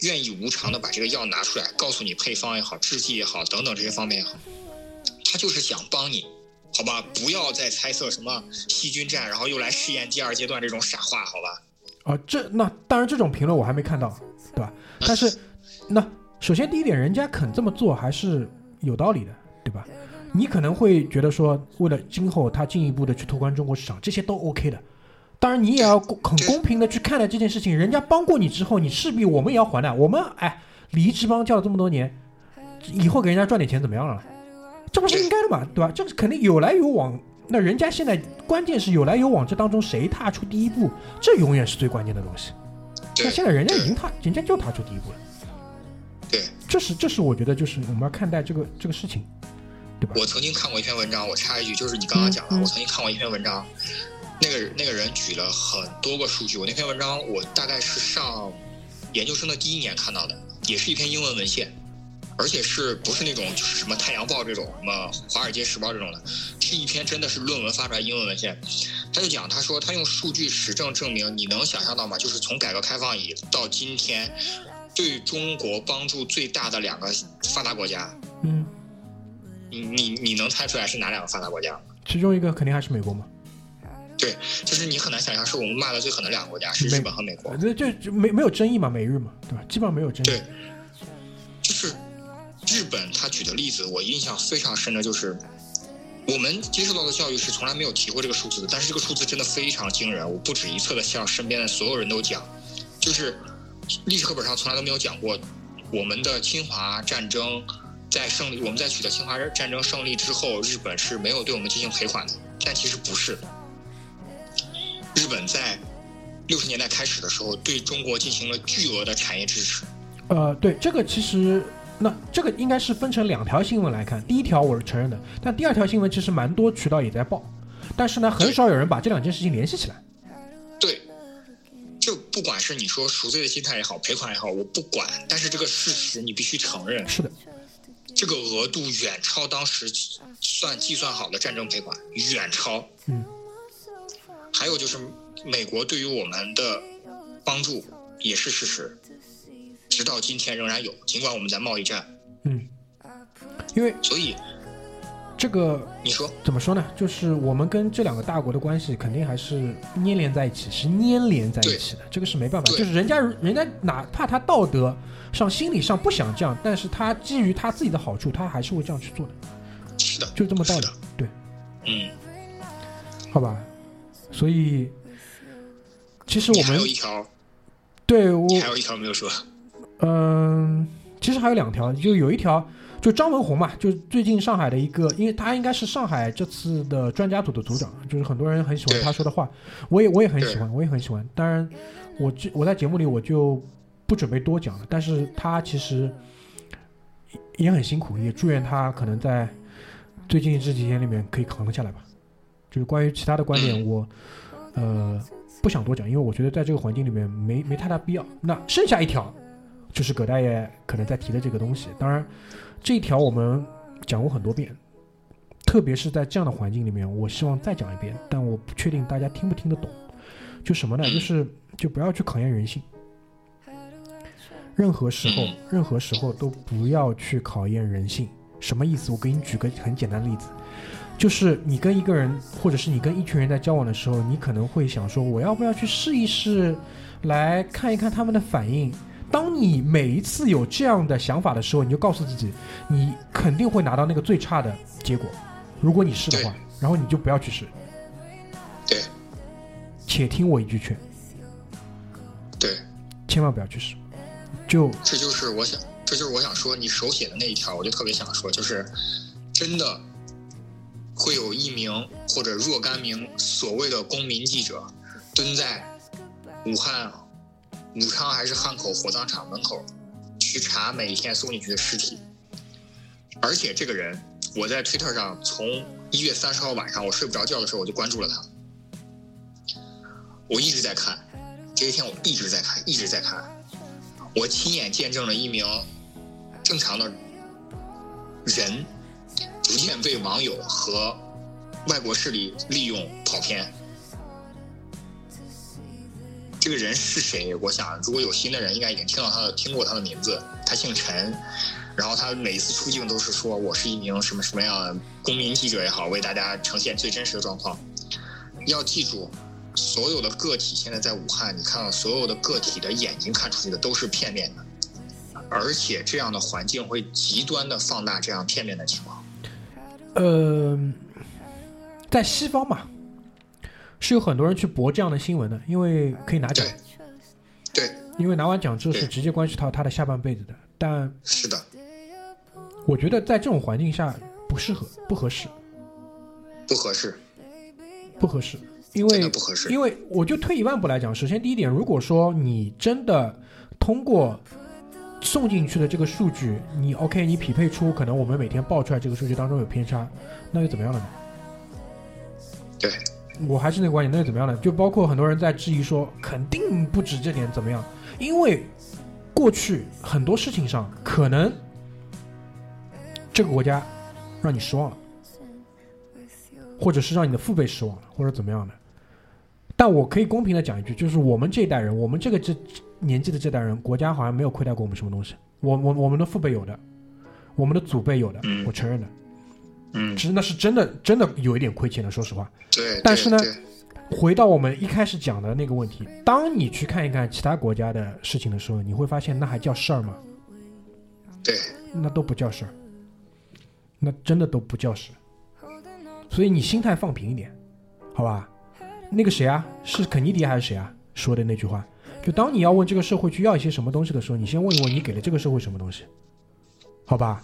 愿意无偿的把这个药拿出来，告诉你配方也好，制剂也好，等等这些方面也好，他就是想帮你，好吧？不要再猜测什么细菌战，然后又来试验第2阶段这种傻话，好吧？ 那当然这种评论我还没看到，对吧？但是那首先第一点，人家肯这么做还是有道理的，对吧？你可能会觉得说，为了今后他进一步的去拓宽中国市场，这些都 OK 的。当然，你也要很公平的去看待这件事情。人家帮过你之后，你势必我们也要还的。我们礼仪之邦叫了这么多年，以后给人家赚点钱怎么样了？这不是应该的嘛，对吧？这个肯定有来有往。那人家现在关键是有来有往，这当中谁踏出第一步，这永远是最关键的东西。那现在人家人家就踏出第一步了。 对， 这是我觉得就是我们要看待这个事情，对吧？ 我曾经看过一篇文章，我插一句，就是你刚刚讲的，我曾经看过一篇文章，那个人举了很多个数据。我那篇文章我大概是上研究生的第1年看到的，也是一篇英文文献，而且不是那种就是什么太阳报这种，什么华尔街时报这种的，是一篇真的是论文发出来英文文献。他说他用数据实证证明，你能想象到吗？就是从改革开放以到今天，对中国帮助最大的2个发达国家，你能猜出来是哪2个发达国家吗？ 其中一个肯定还是美国嘛。 对，就是你很难想象是我们骂的最狠的2个国家是日本和美国。 就没有争议嘛，美日嘛，对吧？基本上没有争议。 对，就是日本他举的例子，我印象非常深的就是，我们接受到的教育是从来没有提过这个数字的，但是这个数字真的非常惊人。我不止一次的向身边的所有人都讲，就是历史课本上从来都没有讲过，我们的侵华战争我们在取得侵华战争胜利之后，日本是没有对我们进行赔款的。但其实不是，日本在60年代开始的时候，对中国进行了巨额的产业支持。 对，这个其实。那这个应该是分成2条新闻来看，第一条我是承认的，但第2条新闻其实蛮多渠道也在报，但是呢，很少有人把这2件事情联系起来。 对，就不管是你说赎罪的心态也好，赔款也好，我不管，但是这个事实你必须承认。 是的， 这个额度远超当时计算好的战争赔款，远超。还有就是美国对于我们的帮助也是事实。直到今天仍然有，尽管我们在贸易战。 因为所以这个你说怎么说呢？就是我们跟这2个大国的关系肯定还是粘连在一起，是粘连在一起的，这个是没办法。就是人家哪怕他道德上、心理上不想这样，但是他基于他自己的好处，他还是会这样去做的。 是的， 就这么道理。对，好吧。所以其实我们还有一条， 对你还有一条没有说。 其实还有2条，就有一条就张文宏嘛，就最近上海的一个，因为他应该是上海这次的专家组的组长，就是很多人很喜欢他说的话，我也很喜欢，我也很喜欢。当然我在节目里我就不准备多讲了，但是他其实也很辛苦，也祝愿他可能在最近这几天里面可以扛得下来吧。就是关于其他的观点我不想多讲，因为我觉得在这个环境里面没太大必要。那剩下一条就是葛大爷可能在提的这个东西，当然这一条我们讲过很多遍，特别是在这样的环境里面，我希望再讲一遍，但我不确定大家听不听得懂。就什么呢？就不要去考验人性，任何时候都不要去考验人性。什么意思？我给你举个很简单的例子，就是你跟一个人或者是你跟一群人在交往的时候，你可能会想说，我要不要去试一试，来看一看他们的反应。当你每一次有这样的想法的时候，你就告诉自己，你肯定会拿到那个最差的结果。如果你试的话，然后你就不要去试。 对， 且听我一句劝。 对， 千万不要去试。 这就是我想说，你手写的那一条，我就特别想说，就是真的会有1名或者若干名所谓的公民记者蹲在武昌还是汉口火葬场门口去查每一天送进去的尸体，而且这个人我在 Twitter 上从1月30号晚上我睡不着觉的时候我就关注了他，我一直在看，这一天我一直在看，我亲眼见证了1名正常的人逐渐被网友和外国势力利用跑偏。 这个人是谁？我想如果有新的人应该已经听过他的名字，他姓陈，然后他每一次出镜都是说我是一名什么什么样的公民记者也好，为大家呈现最真实的状况。要记住，所有的个体现在在武汉，你看到所有的个体的眼睛看出去的都是片面的，而且这样的环境会极端的放大这样片面的情况。 在西方嘛，是有很多人去博这样的新闻的，因为可以拿奖。 对， 因为拿完奖之后是直接关系到他的下半辈子的。但是的， 我觉得在这种环境下不合适，因为不合适。 因为我就退一万步来讲，首先第一点，如果说你真的通过送进去的这个数据，你 OK， 你匹配出可能我们每天报出来这个数据当中有偏差，那又怎么样了呢？ 对， 我还是那个观点，那又怎么样呢？就包括很多人在质疑说，肯定不止这点怎么样，因为过去很多事情上可能这个国家让你失望了，或者是让你的父辈失望了，或者怎么样的。但我可以公平的讲一句，就是我们这一代人，我们这年纪的这代人，国家好像没有亏待过我们什么东西。我们的父辈有的，我们的祖辈有的，我承认的。其实那是真的有一点亏欠的，说实话。 对。 但是呢，回到我们一开始讲的那个问题，当你去看一看其他国家的事情的时候，你会发现那还叫事儿吗？ 对， 那都不叫事儿，那真的都不叫事。所以你心态放平一点，好吧？那个谁啊，是肯尼迪还是谁啊说的那句话？就当你要问这个社会去要一些什么东西的时候，你先问一问你给了这个社会什么东西，好吧？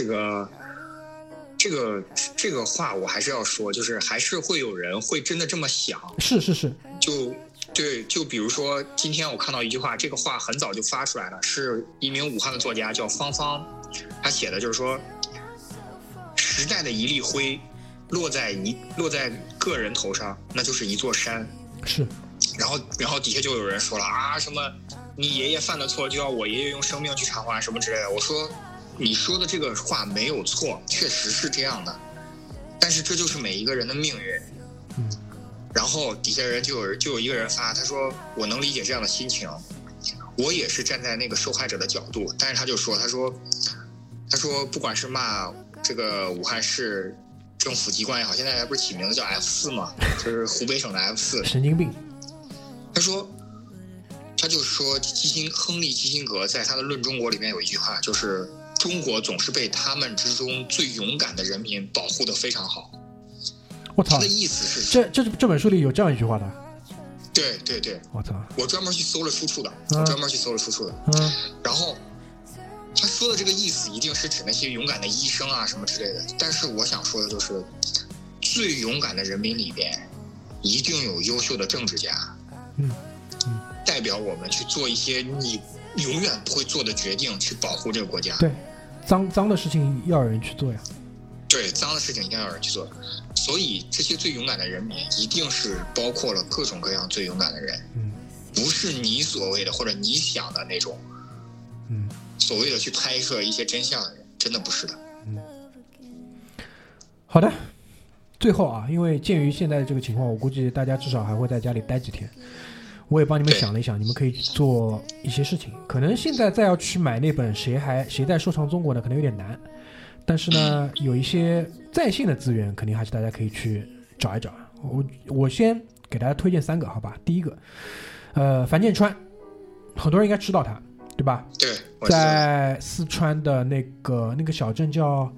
这个话我还是要说，就是还是会有人会真的这么想。 是， 就比如说今天我看到一句话，这个话很早就发出来了，是一名武汉的作家叫芳芳，他写的就是说，时代的一粒灰落在个人头上，那就是一座山。 是。 然后底下就有人说了啊，什么你爷爷犯的错就要我爷爷用生命去偿还什么之类的。我说你说的这个话没有错，确实是这样的，但是这就是每一个人的命运。然后底下人就有一个人发，他说我能理解这样的心情，我也是站在那个受害者的角度。但是他说不管是骂这个武汉市政府机关也好，现在还不是起名字叫 F4 嘛，就是湖北省的 F4， 神经病。 他就说亨利基辛格在他的《论中国》里面有一句话，就是中国总是被他们之中最勇敢的人民保护得非常好。 我操！ 他的意思是这本书里有这样一句话的。 对， 我操！ 我专门去搜了出处的，然后他说的这个意思一定是指那些勇敢的医生啊什么之类的，但是我想说的就是，最勇敢的人民里边，一定有优秀的政治家，代表我们去做一些你永远不会做的决定，去保护这个国家。 对，脏的事情要有人去做呀。 对，脏的事情一定要有人去做。所以这些最勇敢的人民，一定是包括了各种各样最勇敢的人，不是你所谓的或者你想的那种，所谓的去拍摄一些真相的人，真的不是的。 好的，最后啊，因为鉴于现在的这个情况，我估计大家至少还会在家里待几天。我也帮你们想了一想，你们可以做一些事情。可能现在再要去买那本谁在收藏中国呢，可能有点难。但是呢，有一些在线的资源，肯定还是大家可以去找一找。我先给大家推荐3个，好吧？第一个，樊建川，很多人应该知道他，对吧？ 对， 在四川的那个小镇叫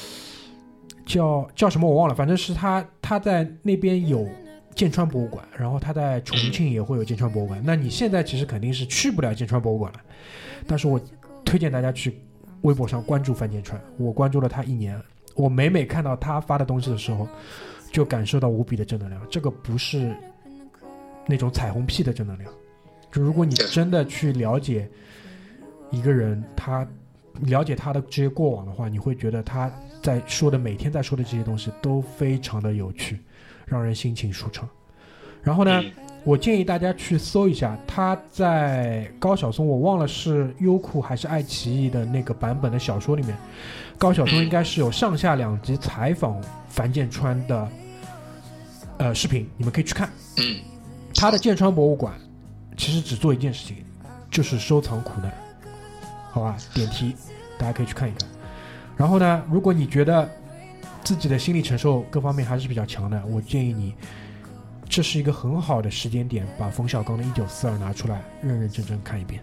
什么我忘了，反正是他在那边有剑川博物馆，然后他在重庆也会有剑川博物馆。那你现在其实肯定是去不了剑川博物馆了，但是我推荐大家去微博上关注樊建川，我关注了他1年，我每看到他发的东西的时候，就感受到无比的正能量。这个不是那种彩虹屁的正能量，就如果你真的去了解一个人，了解他的这些过往的话，你会觉得他每天在说的这些东西都非常的有趣，让人心情舒畅。然后呢，我建议大家去搜一下他在高晓松，我忘了是优酷还是爱奇艺的那个版本的小说里面，高晓松应该是有上下2集采访樊建川的视频，你们可以去看。他的剑川博物馆其实只做一件事情，就是收藏苦难，好吧？点题，大家可以去看一看。然后呢，如果你觉得自己的心理承受各方面还是比较强的，我建议你，这是一个很好的时间点，把冯小刚的1942拿出来，认认真真看一遍。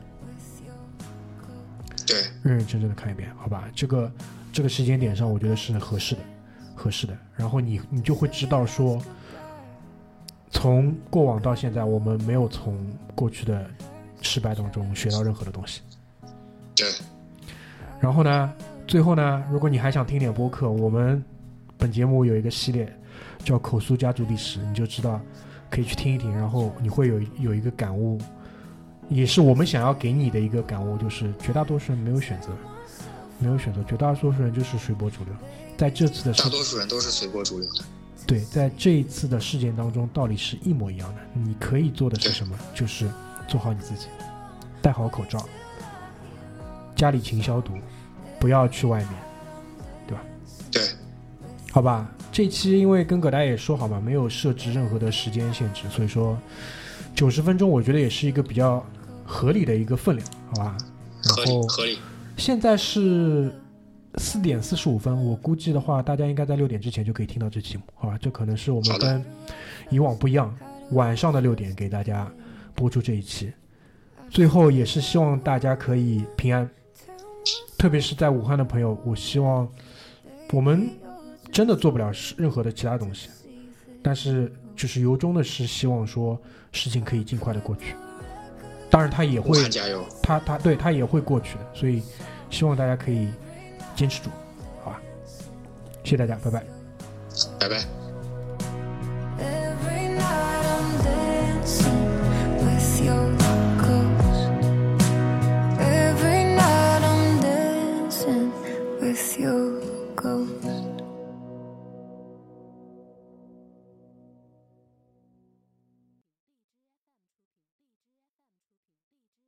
对， 认认真真的看一遍，好吧？这个时间点上，我觉得是合适的。然后你就会知道说，从过往到现在，我们没有从过去的失败当中学到任何的东西。 对。 然后呢，最后呢，如果你还想听点播客，我们本节目有一个系列叫口述家族历史，你就知道可以去听一听，然后你会有一个感悟，也是我们想要给你的一个感悟，就是绝大多数人没有选择，绝大多数人就是随波逐流。在这次的大多数人都是随波逐流的。 对，在这一次的事件当中，道理是一模一样的。你可以做的是什么？就是做好你自己，戴好口罩，家里勤消毒，不要去外面，对吧？ 对， 好吧。这期因为跟葛大爷说好嘛，没有设置任何的时间限制，所以说90分钟，我觉得也是一个比较合理的一个分量，好吧？然后合理。 现在是4点45分，我估计的话，大家应该在6点之前就可以听到这期节目，好吧？这可能是我们跟以往不一样，晚上的6点给大家播出这一期。最后也是希望大家可以平安，特别是在武汉的朋友，我希望我们真的做不了任何的其他东西，但是就是由衷的是希望说事情可以尽快的过去。当然他也会， 加油， 他也会过去的，所以希望大家可以坚持住，好吧？谢谢大家，拜拜， 拜拜。